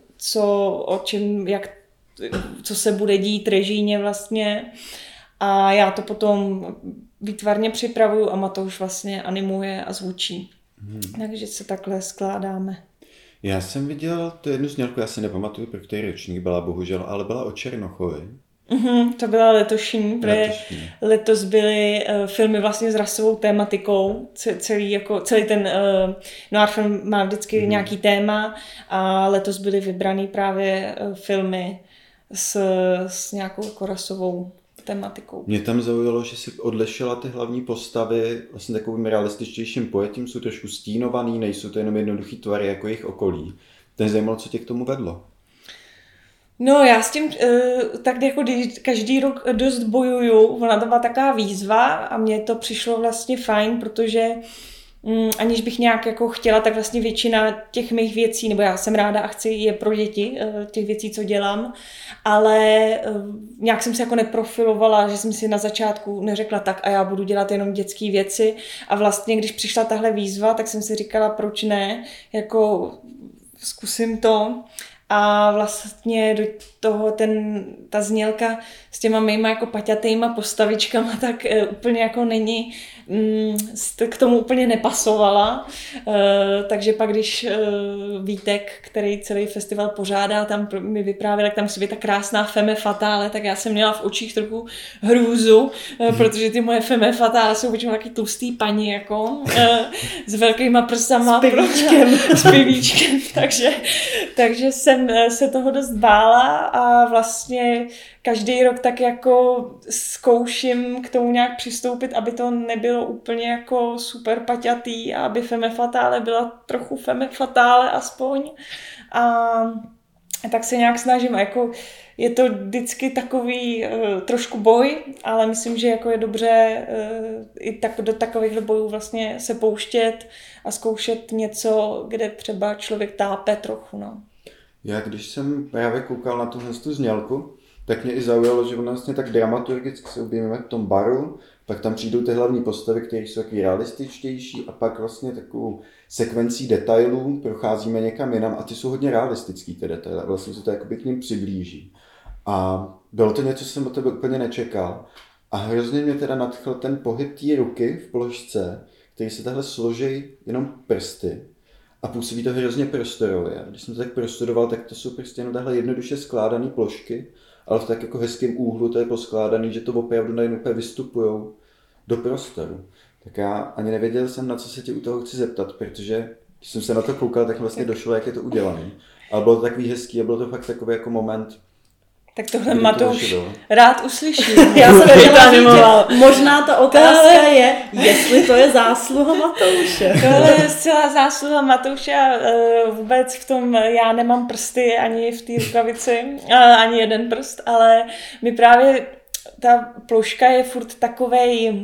co se bude dít režijně vlastně. A já to potom výtvarně připravuju a Matouš vlastně animuje a zvučí. Takže se takhle skládáme. Já jsem viděl tu jednu znělku, já si nepamatuju, pro který ročník byla bohužel, ale byla o Černochovi. To byla letošní, protože letos byly filmy vlastně s rasovou tématikou, celý ten noir film má vždycky nějaký téma a letos byly vybraný právě filmy s nějakou jako rasovou tematikou. Mě tam zaujalo, že si odlišila ty hlavní postavy vlastně takovým realističtějším pojetím, jsou trošku stínovaný, nejsou to jenom jednoduchý tvary jako jejich okolí. Ten zajímalo, co tě k tomu vedlo? No já s tím tak jako každý rok dost bojuju, ona to byla taková výzva a mně to přišlo vlastně fajn, protože aniž bych nějak jako chtěla, tak vlastně většina těch mých věcí, nebo já jsem ráda a chci je pro děti, těch věcí, co dělám, ale nějak jsem se jako neprofilovala, že jsem si na začátku neřekla tak a já budu dělat jenom dětské věci a vlastně, když přišla tahle výzva, tak jsem si říkala, proč ne, jako zkusím to. A vlastně do toho ta znělka s těma mýma jako paťatýma postavičkama tak úplně jako není, k tomu úplně nepasovala. Takže pak, když Vítek, který celý festival pořádá, tam mi vyprávěl, jak tam musí být ta krásná femme fatale, tak já jsem měla v očích trochu hrůzu, protože ty moje femme fatale jsou většinou taky tlustý paní, jako s velkýma prsama. S pivíčkem. Takže jsem se toho dost bála a vlastně každý rok tak jako zkouším k tomu nějak přistoupit, aby to nebylo úplně jako super paťatý a aby femme fatale byla trochu femme fatale aspoň. A tak se nějak snažím. A jako je to vždycky takový trošku boj, ale myslím, že jako je dobře i do takových bojů vlastně se pouštět a zkoušet něco, kde třeba člověk tápe trochu. No. Já když jsem právě koukal na tuhle znělku, tak mě i zaujalo, že vlastně tak dramaturgicky se objevíme v tom baru, pak tam přijdou ty hlavní postavy, které jsou takový realističtější a pak vlastně takovou sekvencí detailů procházíme někam jinam a ty jsou hodně realistický ty detaily a vlastně se to jakoby k ním přiblíží. A bylo to něco, co jsem od tebe úplně nečekal a hrozně mě teda nadchl ten pohyb té ruky v položce, který se tahle složí jenom prsty a působí to hrozně prostorově. Když jsem to tak prostudoval, tak to jsou prostě jenom tahle jednoduše skládané plošky, ale v tak jako hezkém úhlu to je poskládaný, že to opravdu najednou úplně vystupujou do prostoru. Tak já ani nevěděl jsem, na co se tě u toho chci zeptat, protože když jsem se na to koukal, tak vlastně došlo, jak je to udělané. Ale bylo to takový hezký a bylo to fakt takový jako moment. Tak tohle Matouš rád uslyší. Já jsem chtěla říct, možná ta otázka je, jestli to je zásluha Matouše. Tohle je zcela zásluha Matouše. Vůbec v tom já nemám prsty ani v té rukavici, ani jeden prst, ale mi právě ta ploška je furt takovej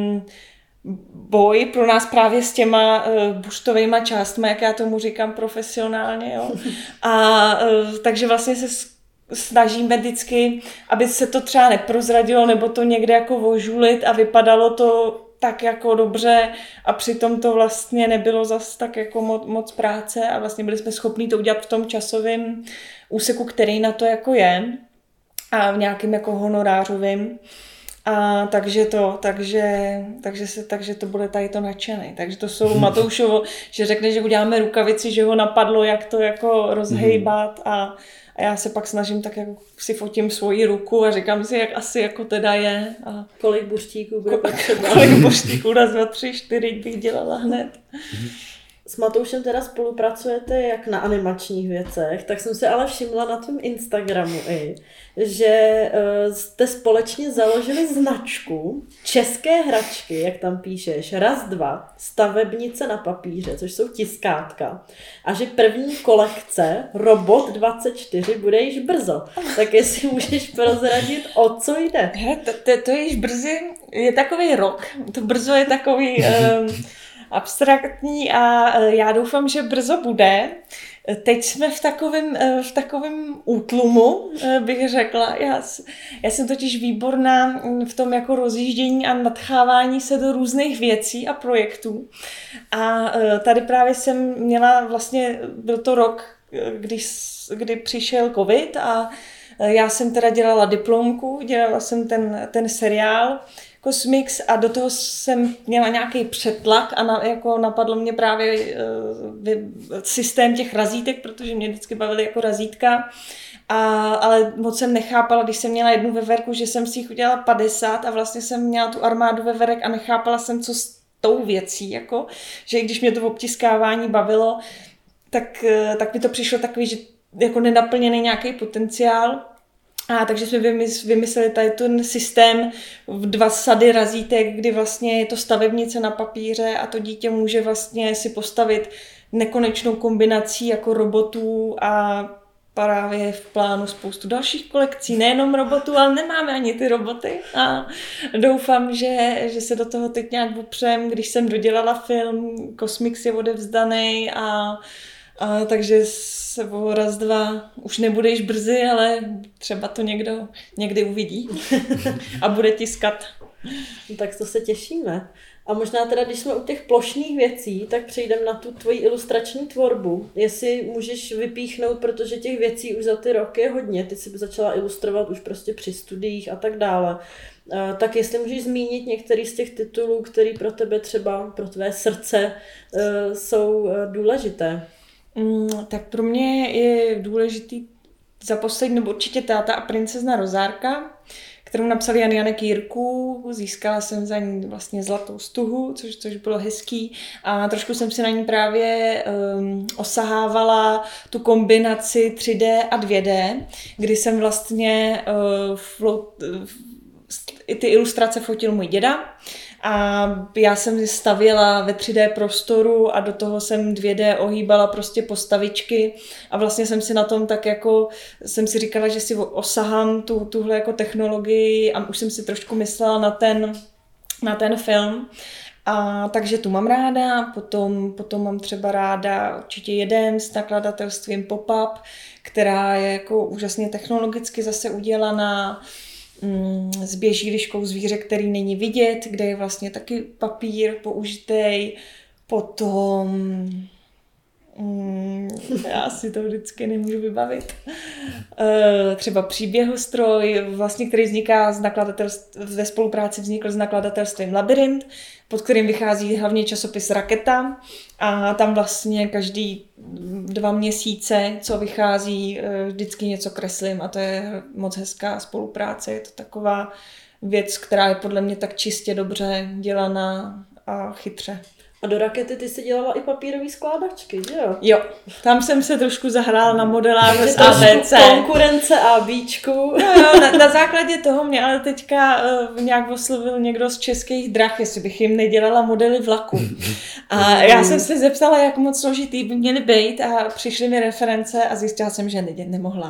boj pro nás právě s těma buštovejma částma, jak já tomu říkám profesionálně. Jo. A takže vlastně se snažíme vždycky, aby se to třeba neprozradilo nebo to někde jako vožulit a vypadalo to tak jako dobře a přitom to vlastně nebylo zas tak jako moc práce a vlastně byli jsme schopní to udělat v tom časovém úseku, který na to jako je a v nějakým jako honorářovým. A takže to bude tady to nadšený. Takže to jsou Matoušovo, že řekne, že uděláme rukavici, že ho napadlo, jak to jako rozhejbat a já se pak snažím tak jako si fotím svoji ruku a říkám si, jak asi jako teda je. A kolik buřtíků bude potřeba. Kolik buřtíků, raz, 2, 3, 4 bych dělala hned. S Matoušem teda spolupracujete jak na animačních věcech, tak jsem si ale všimla na tvém Instagramu že jste společně založili značku České hračky, jak tam píšeš, 1, 2, stavebnice na papíře, což jsou tiskátka. A že první kolekce Robot 24 bude již brzo. Tak jestli můžeš prozradit, o co jde. To je již brzy, je takový rok. To brzo je takový abstraktní a já doufám, že brzo bude. Teď jsme v takovém útlumu, bych řekla. Já jsem totiž výborná v tom jako rozjíždění a nadchávání se do různých věcí a projektů. A tady právě jsem měla vlastně, byl to rok, kdy přišel covid a já jsem teda dělala diplomku, dělala jsem ten seriál Cosmix a do toho jsem měla nějaký přetlak a jako napadlo mě právě systém těch razítek, protože mě vždycky bavily jako razítka. Ale moc jsem nechápala, když jsem měla jednu veverku, že jsem si jich udělala 50 a vlastně jsem měla tu armádu veverek a nechápala jsem, co s tou věcí, jako, že když mě to obtiskávání bavilo, tak mi to přišlo takový, že jako nenaplněný nějaký potenciál. Takže jsme vymysleli tady ten systém v 2 sady razítek, kdy vlastně je to stavebnice na papíře a to dítě může vlastně si postavit nekonečnou kombinací jako robotů a právě v plánu spoustu dalších kolekcí, nejenom robotů, ale nemáme ani ty roboty a doufám, že se do toho teď nějak opřem, když jsem dodělala film, Kosmix je odevzdaný a takže se raz, dva už nebude již brzy, ale třeba to někdo někdy uvidí a bude tiskat. Tak to se těšíme. A možná teda, když jsme u těch plošných věcí, tak přejdeme na tu tvoji ilustrační tvorbu. Jestli můžeš vypíchnout, protože těch věcí už za ty roky je hodně. Ty jsi začala ilustrovat už prostě při studiích a tak dále. Tak jestli můžeš zmínit některý z těch titulů, který pro tebe třeba, pro tvé srdce jsou důležité. Tak pro mě je důležitý za poslední, nebo určitě Táta a princezna Rozárka, kterou napsal Jan Janek Jirků. Získala jsem za ní vlastně zlatou stuhu, což bylo hezký. A trošku jsem si na ní právě osahávala tu kombinaci 3D a 2D, kdy jsem vlastně ty ilustrace fotil můj děda. A já jsem je stavěla ve 3D prostoru a do toho jsem 2D ohýbala prostě postavičky a vlastně jsem si na tom tak jako, jsem si říkala, že si osahám tuhle jako technologii a už jsem si trošku myslela na ten film. A takže tu mám ráda, potom mám třeba ráda určitě jeden s nakladatelstvím Pop-up, která je jako úžasně technologicky zase udělaná, s běžíliškou zvíře, který není vidět, kde je vlastně taky papír použitej. Potom já si to vždycky nemůžu vybavit. Třeba příběhostroj, vlastně, který vzniká ve spolupráci vznikl s nakladatelstvím Labyrint, pod kterým vychází hlavně časopis Raketa a tam vlastně každý 2 měsíce, co vychází, vždycky něco kreslím a to je moc hezká spolupráce. Je to taková věc, která je podle mě tak čistě dobře dělaná a chytře. A do Rakety ty si dělala i papírové skládačky, že jo? Jo, tam jsem se trošku zahrála na modeláře z ABC. Konkurence ABčku. Jo, na základě toho mě ale teďka nějak oslovil někdo z Českých drah, jestli bych jim nedělala modely vlaku. A já jsem se zeptala, jak moc složitý by měly být a přišly mi reference a zjistila jsem, že nemohla.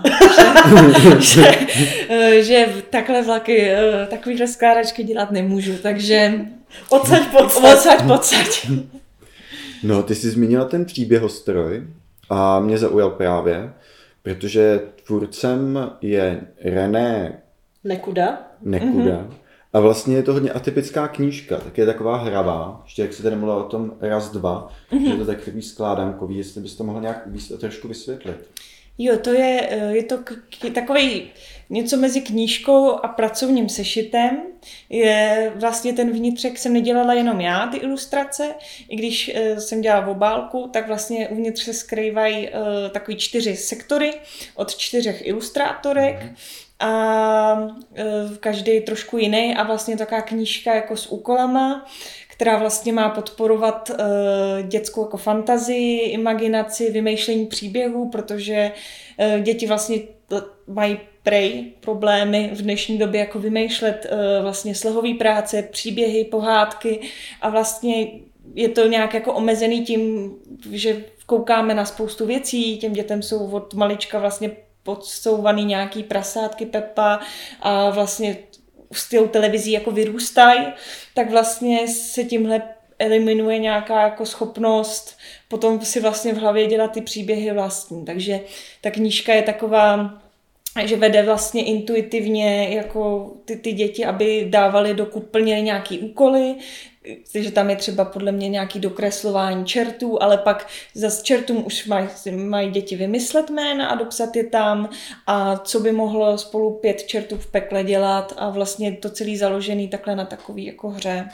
že takhle vlaky, takovýhle skládačky dělat nemůžu, takže odsaď pocať. No, ty jsi zmínila ten příběhostroj a mě zaujal právě, protože tvůrcem je René Nekuda. A vlastně je to hodně atypická knížka, tak je taková hravá, ještě jak se tady mluvila o tom raz, dva, že je to takový skládankový, jestli bys to mohla nějak trošku vysvětlit. Jo, je to takový něco mezi knížkou a pracovním sešitem. Je vlastně ten vnitřek jsem nedělala jenom já, ty ilustrace. I když jsem dělala obálku, tak vlastně uvnitř se skrývají takový 4 sektory od 4 ilustrátorek. A každý trošku jiný a vlastně taková knížka jako s úkolama, která vlastně má podporovat dětskou jako fantazii, imaginaci, vymýšlení příběhů, protože děti vlastně mají problémy v dnešní době jako vymýšlet vlastně slehové práce, příběhy, pohádky a vlastně je to nějak jako omezený tím, že koukáme na spoustu věcí, těm dětem jsou od malička vlastně podsouvaný nějaký prasátky Peppa a vlastně s tou televizí jako vyrůstají, tak vlastně se tímhle eliminuje nějaká jako schopnost potom si vlastně v hlavě dělat ty příběhy vlastní. Takže ta knížka je taková, že vede vlastně intuitivně jako ty děti, aby dávali plnili nějaký úkoly, že tam je třeba podle mě nějaký dokreslování čertů, ale pak zase čertům už mají děti vymyslet jména a dopsat je tam a co by mohlo spolu 5 čertů v pekle dělat a vlastně to celý založený takhle na takový jako hře.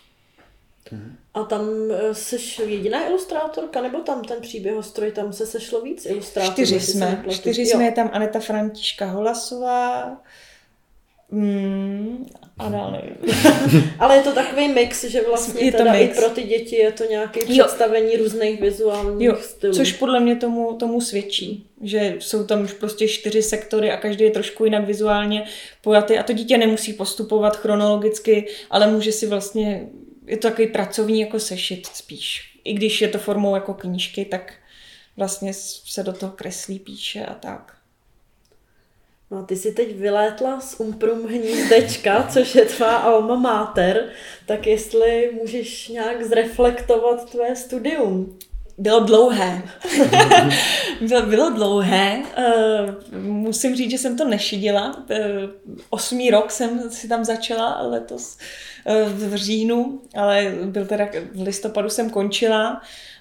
A tam jsi jediná ilustrátorka, nebo tam ten příběhostroj, tam se sešlo víc ilustrátorů? 4 jsme, je tam Aneta Františka Holasová, a dál nevím. Ale je to takový mix, že vlastně je teda mix. I pro ty děti je to nějaké představení různých vizuálních stylů. Což podle mě tomu svědčí, že jsou tam už prostě 4 sektory a každý je trošku jinak vizuálně pojatý a to dítě nemusí postupovat chronologicky, ale může si vlastně, je to takový pracovní jako sešit spíš. I když je to formou jako knížky, tak vlastně se do toho kreslí, píše a tak. No a ty si teď vylétla z Umprum hnízdečka, což je tvá alma mater, tak jestli můžeš nějak zreflektovat tvé studium. Bylo dlouhé. Bylo dlouhé. Musím říct, že jsem to nešidila. 8. rok jsem si tam začala letos v říjnu, ale v listopadu jsem končila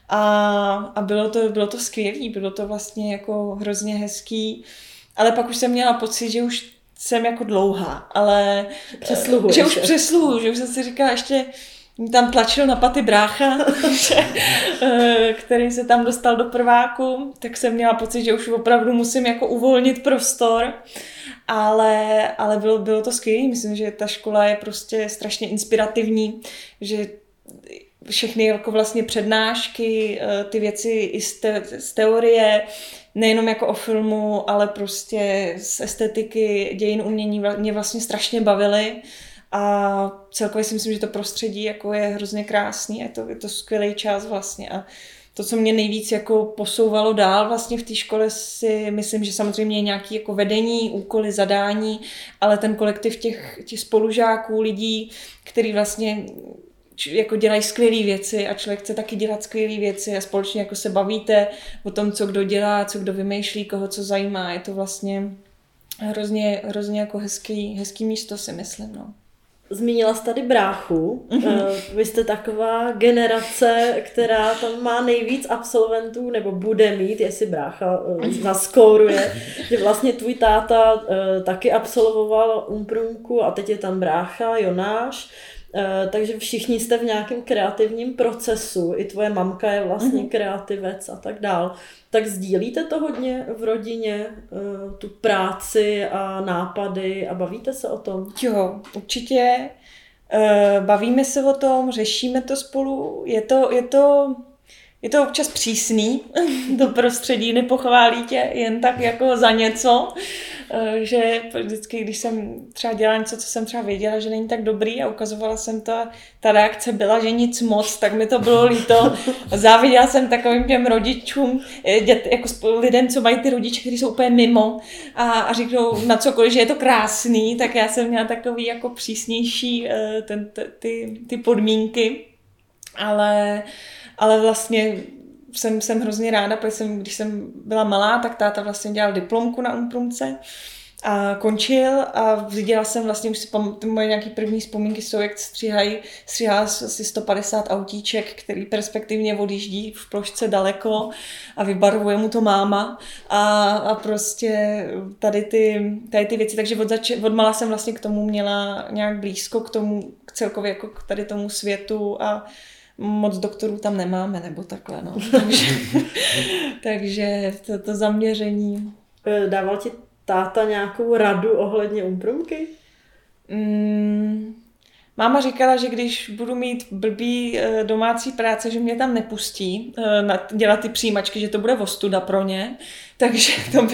a bylo to skvělý, bylo to vlastně jako hrozně hezký, ale pak už jsem měla pocit, že už jsem jako dlouhá, ale že už přesluhuji, že už jsem si říkala ještě tam tlačil na paty brácha, který se tam dostal do prváku, tak jsem měla pocit, že už opravdu musím jako uvolnit prostor, ale bylo to skvělé. Myslím, že ta škola je prostě strašně inspirativní, že všechny jako vlastně přednášky, ty věci i z teorie, nejenom jako o filmu, ale prostě z estetiky, dějin umění mě vlastně strašně bavily. A celkově si myslím, že to prostředí jako je hrozně krásný, je to skvělý čas vlastně. A to, co mě nejvíc jako posouvalo dál vlastně v té škole, si myslím, že samozřejmě je nějaké jako vedení, úkoly, zadání, ale ten kolektiv těch spolužáků, lidí, který vlastně jako dělají skvělé věci a člověk chce taky dělat skvělé věci a společně jako se bavíte o tom, co kdo dělá, co kdo vymýšlí, koho co zajímá. Je to vlastně hrozně jako hezký místo, si myslím, no. Zmínila jsi tady bráchu. Vy jste taková generace, která tam má nejvíc absolventů, nebo bude mít, jestli brácha naskóruje, že vlastně tvůj táta taky absolvoval Umprumku a teď je tam brácha, Jonáš. Takže všichni jste v nějakém kreativním procesu, i tvoje mamka je vlastně kreativec a tak dál. Tak sdílíte to hodně v rodině, tu práci a nápady a bavíte se o tom? Jo, určitě. Bavíme se o tom, řešíme to spolu. Je to občas přísný, to prostředí nepochválí tě jen tak jako za něco, že vždycky, když jsem třeba dělala něco, co jsem třeba věděla, že není tak dobrý a ukazovala jsem to, ta reakce byla, že nic moc, tak mi to bylo líto. Záviděla jsem takovým těm rodičům, jako lidem, co mají ty rodiče, kteří jsou úplně mimo a říknou na cokoliv, že je to krásný, tak já jsem měla takový jako přísnější ty podmínky, ale vlastně jsem hrozně ráda, protože když jsem byla malá, tak táta vlastně dělal diplomku na Umprumce a končil a viděla jsem vlastně, už si pamatuju, moje nějaké první vzpomínky jsou, jak stříhala asi 150 autíček, který perspektivně odjíždí v plošce daleko a vybarvuje mu to máma a prostě tady ty věci, takže od mala jsem vlastně k tomu měla nějak blízko, k celkově jako k tady tomu světu a moc doktorů tam nemáme, nebo takhle, no. Takže to zaměření. Dával ti táta nějakou radu ohledně Umprumky? Máma říkala, že když budu mít blbý domácí práce, že mě tam nepustí dělat ty přijímačky, že to bude ostuda pro ně. Takže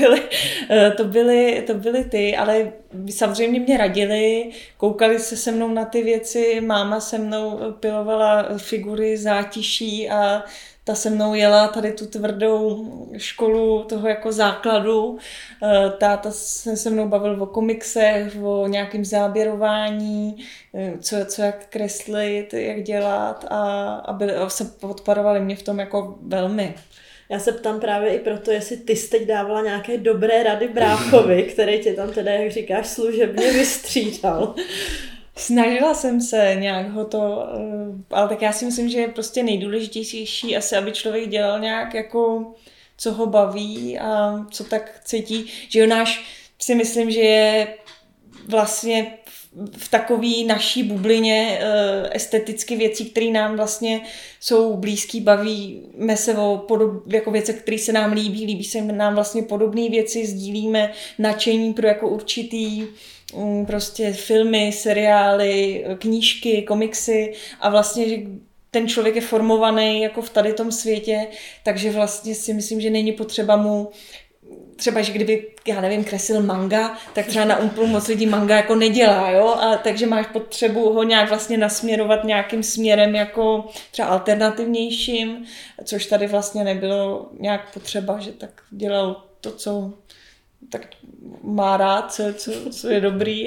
to byly ty, ale samozřejmě mě radili, koukali se mnou na ty věci, máma se mnou pilovala figury zátiší a ta se mnou jela tady tu tvrdou školu toho jako základu. Táta se mnou bavil o komiksech, o nějakém záběrování, co jak kreslit, jak dělat a se podporovali mě v tom jako velmi. Já se ptám právě i proto, jestli ty jsi teď dávala nějaké dobré rady bráchovi, který tě tam teda, jak říkáš, služebně vystřídal. Snažila jsem se nějak ho to, ale tak já si myslím, že je prostě nejdůležitější asi, aby člověk dělal nějak jako, co ho baví a co tak cítí. Že Jonáš si myslím, že je vlastně v takové naší bublině esteticky věcí, které nám vlastně jsou blízký, bavíme se o jako věci, které se nám líbí se nám vlastně podobné věci, sdílíme nadšení pro jako určitý prostě filmy, seriály, knížky, komiksy a vlastně, že ten člověk je formovaný jako v tady tom světě, takže vlastně si myslím, že není potřeba mu třeba, že kdyby, já nevím, kreslil manga, tak třeba na Umpru moc lidí manga jako nedělá, jo? A takže máš potřebu ho nějak vlastně nasměrovat nějakým směrem jako třeba alternativnějším, což tady vlastně nebylo nějak potřeba, že tak dělal to, co tak má rád, co je dobrý.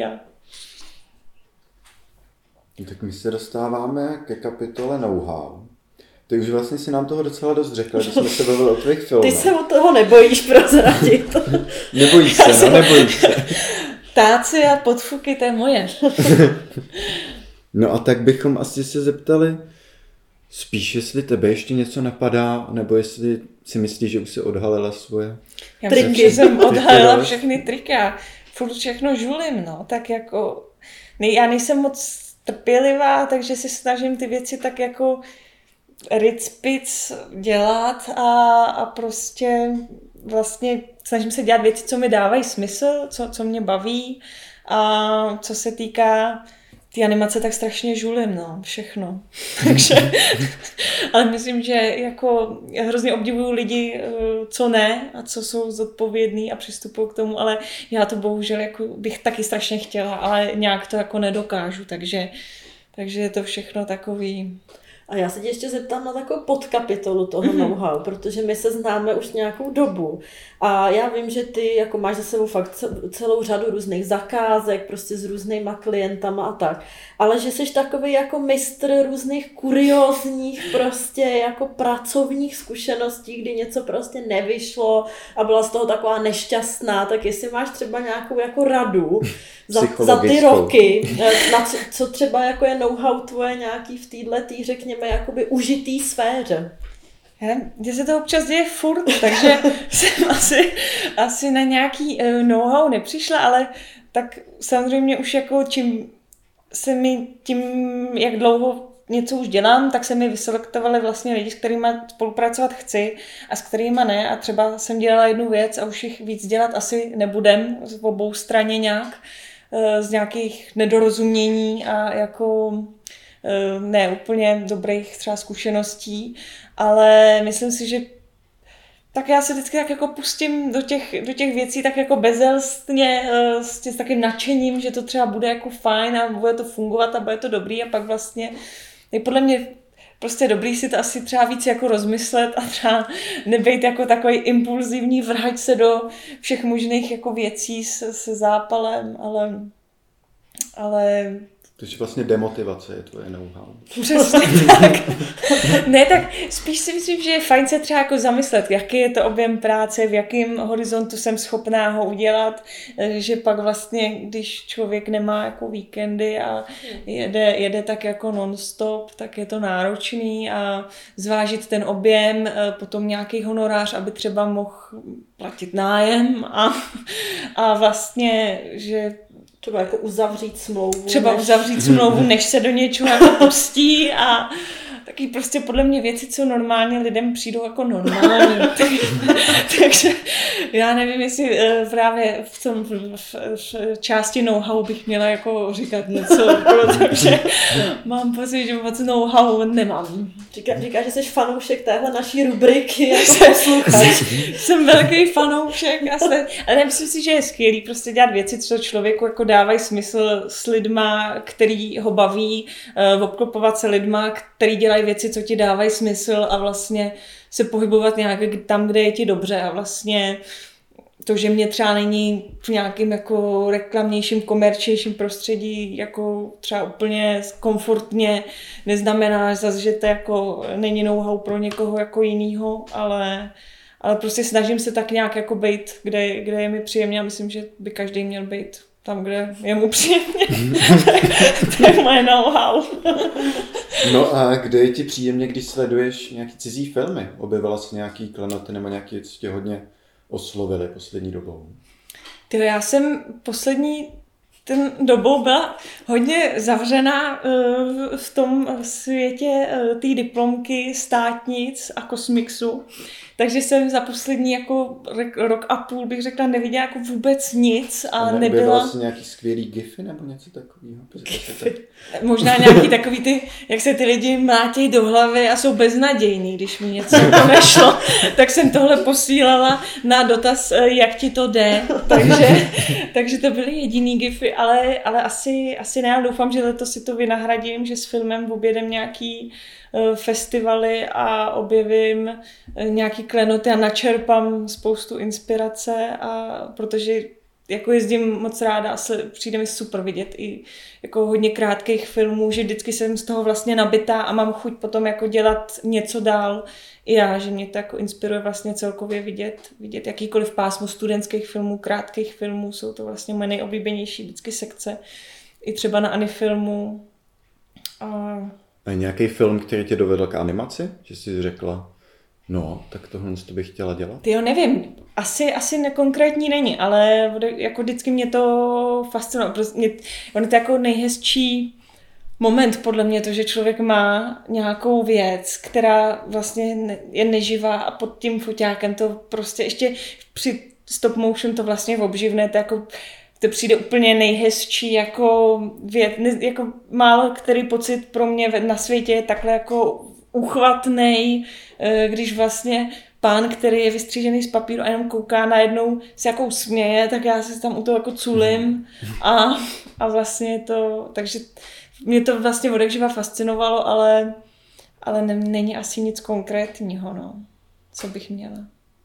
Tak my se dostáváme ke kapitole know-how. Ty už vlastně si nám toho docela dost řekla, když jsme se bavili o tvých filmech. Ty se o toho nebojíš prozradit. Nebojíš se. Táci a podfuky, to je moje. No a tak bychom asi se zeptali spíš, jestli tebe ještě něco napadá, nebo jestli si myslíš, že už si odhalila svoje triky. Jsem odhalila všechny triky. Furt všechno žulím, no. Tak jako, já nejsem moc trpělivá, takže si snažím ty věci tak jako ricpic dělat a prostě vlastně snažím se dělat věci, co mi dávají smysl, co mě baví a co se týká ty animace, tak strašně žulím, no, všechno. Takže, ale myslím, že jako já hrozně obdivuju lidi, co ne a co jsou zodpovědní a přistupují k tomu, ale já to bohužel jako bych taky strašně chtěla, ale nějak to jako nedokážu, takže je to všechno takový. A já se tě ještě zeptám na takovou podkapitolu toho know-how, protože my se známe už nějakou dobu a já vím, že ty jako máš za sebou fakt celou řadu různých zakázek, prostě s různýma klientama a tak, ale že jsi takový jako mistr různých kuriózních prostě jako pracovních zkušeností, kdy něco prostě nevyšlo a byla z toho taková nešťastná, tak jestli máš třeba nějakou jako radu za ty roky, na co třeba jako je know-how tvoje nějaký v této, řekněme, jakoby užitý sféře. Mně se to občas děje furt, takže jsem asi na nějaký know-how nepřišla, ale tak samozřejmě už jako tím, jak dlouho něco už dělám, tak se mi vyselektovali vlastně lidi, s kterými spolupracovat chci a s kterými ne. A třeba jsem dělala jednu věc a už jich víc dělat asi nebudem z obou straně nějak, z nějakých nedorozumění a jako ne úplně dobrých třeba zkušeností, ale myslím si, že tak já se vždycky tak jako pustím do těch věcí tak jako bezelstně, s takým nadšením, že to třeba bude jako fajn a bude to fungovat a bude to dobrý a pak vlastně je podle mě prostě dobrý si to asi třeba víc jako rozmyslet a třeba nebejt jako takový impulzivní, vrhať se do všech možných jako věcí se zápalem, ale Takže vlastně demotivace je tvoje know-how. Přesně tak. Ne, tak spíš si myslím, že je fajn se třeba jako zamyslet, jaký je to objem práce, v jakém horizontu jsem schopná ho udělat, že pak vlastně, když člověk nemá jako víkendy a jede tak jako non-stop, tak je to náročný a zvážit ten objem, potom nějaký honorář, aby třeba mohl platit nájem a vlastně, že třeba jako uzavřít smlouvu. Uzavřít smlouvu, než se do něčeho jako pustí a taky prostě podle mě věci, co normálně lidem přijdou jako normální. Takže já nevím, jestli právě v části know-how bych měla jako říkat něco, protože mám pocit, že moc know-how nemám. Říká, že jsi fanoušek téhle naší rubriky jako posluchač. Jsem velký fanoušek, ale myslím si, že je skvělý prostě dělat věci, co člověku jako dávají smysl s lidma, který ho baví, obklopovat se lidma, který dělají věci, co ti dávají smysl a vlastně se pohybovat nějak tam, kde je ti dobře a vlastně to, že mě třeba není v nějakým jako reklamnějším, komerčnějším prostředí jako třeba úplně komfortně, neznamená zase, že to jako není know-how pro někoho jako jinýho, ale prostě snažím se tak nějak jako bejt, kde je mi příjemně a myslím, že by každý měl bejt tam, kde je mu příjemně. To je moje know-how. No a kde je ti příjemně, když sleduješ nějaký cizí filmy? Objevila jsi nějaký klenoty nebo nějaký, co tě hodně oslovili poslední dobou? Já jsem poslední dobou byla hodně zavřená v tom světě té diplomky, státnic a kosmixu. Takže jsem za poslední jako rok a půl bych řekla neviděla jako vůbec nic a nebyla... jsi nějaký skvělý gify nebo něco takového? Možná nějaký takový ty, jak se ty lidi mlátějí do hlavy a jsou beznadějní, když mi něco jako nešlo, tak jsem tohle posílala na dotaz, jak ti to jde. Takže to byly jediný gify ale asi ne, doufám, že letos si to vynahradím, že s filmem objedem nějaký festivaly a objevím nějaký klenoty a načerpám spoustu inspirace, a protože jako jezdím moc ráda a přijde mi super vidět i jako hodně krátkých filmů, že vždycky jsem z toho vlastně nabitá a mám chuť potom jako dělat něco dál i já, že mě to jako inspiruje vlastně celkově vidět jakýkoliv pásmo studentských filmů, krátkých filmů, jsou to vlastně moje nejoblíbenější vždycky sekce, i třeba na Anifilmu. A nějaký film, který tě dovedl k animaci? Že jsi řekla, no, tak tohle bych chtěla dělat? Tyjo, nevím. Asi nekonkrétní není, ale jako vždycky mě to fascinuje. On je to jako nejhezčí moment podle mě, to, že člověk má nějakou věc, která vlastně je neživá a pod tím foťákem to prostě ještě při stop motion to vlastně obživne, to přijde úplně nejhezčí jako věc, jako málo který pocit pro mě na světě je takhle jako uchvatnej, když vlastně pán, který je vystřížený z papíru a jenom kouká najednou se jako usměje, tak já se tam u toho jako culím a vlastně to, takže mě to vlastně odjakživa fascinovalo, ale není asi nic konkrétního, no, co bych měla.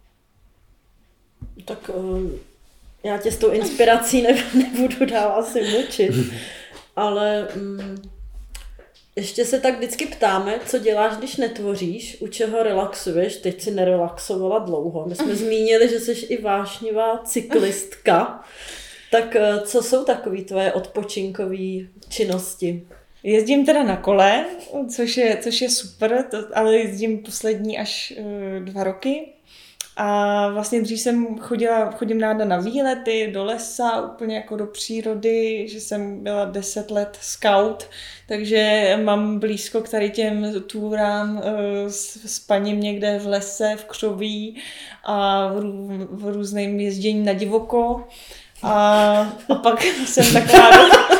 Tak já tě s tou inspirací nebudu dál asi mučit, ale ještě se tak vždycky ptáme, co děláš, když netvoříš, u čeho relaxuješ, teď si nerelaxovala dlouho. My jsme zmínili, že jsi i vášnivá cyklistka, tak co jsou takové tvoje odpočinkové činnosti? Jezdím teda na kole, což je super, ale jezdím poslední až 2 roky. A vlastně dřív jsem chodím ráda na výlety, do lesa, úplně jako do přírody, že jsem byla 10 let scout, takže mám blízko k tady těm túrám s paním někde v lese, v křoví a v různém ježdění na divoko. A pak jsem taková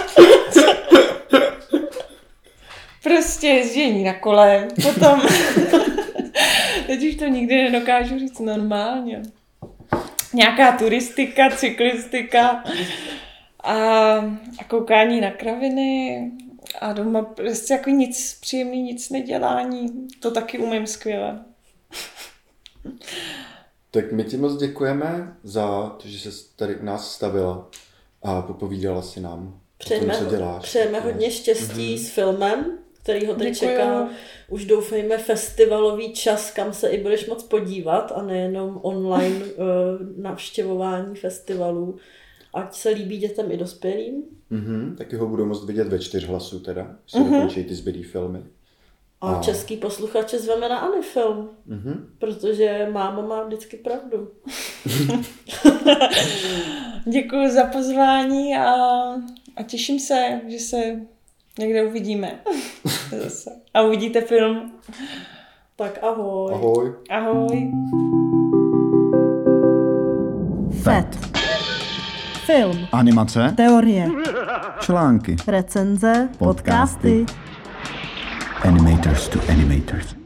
prostě ježdění na kole, potom teď už to nikdy nedokážu říct normálně. Nějaká turistika, cyklistika a koukání na kraviny a doma prostě jako nic příjemný, nic nedělání. To taky umím skvěle. Tak my ti moc děkujeme za to, že jsi tady u nás stavila a popovídala si nám o tom, co děláš. Přejeme hodně štěstí s filmem, kterýho teď čeká už doufejme festivalový čas, kam se i budeš moc podívat a nejenom online navštěvování festivalů. Ať se líbí dětem i dospělým. Taky ho budou moct vidět ve 4 hlasů teda, se dokončí ty zbylý filmy. A český posluchače zveme na Anifilm, protože máma má vždycky pravdu. Děkuji za pozvání a těším se, že se někde uvidíme zase. A uvidíte film. Tak ahoj. Ahoj. Ahoj. FET. Film. Animace. Teorie. Články. Recenze. Podcasty. Animators to animators.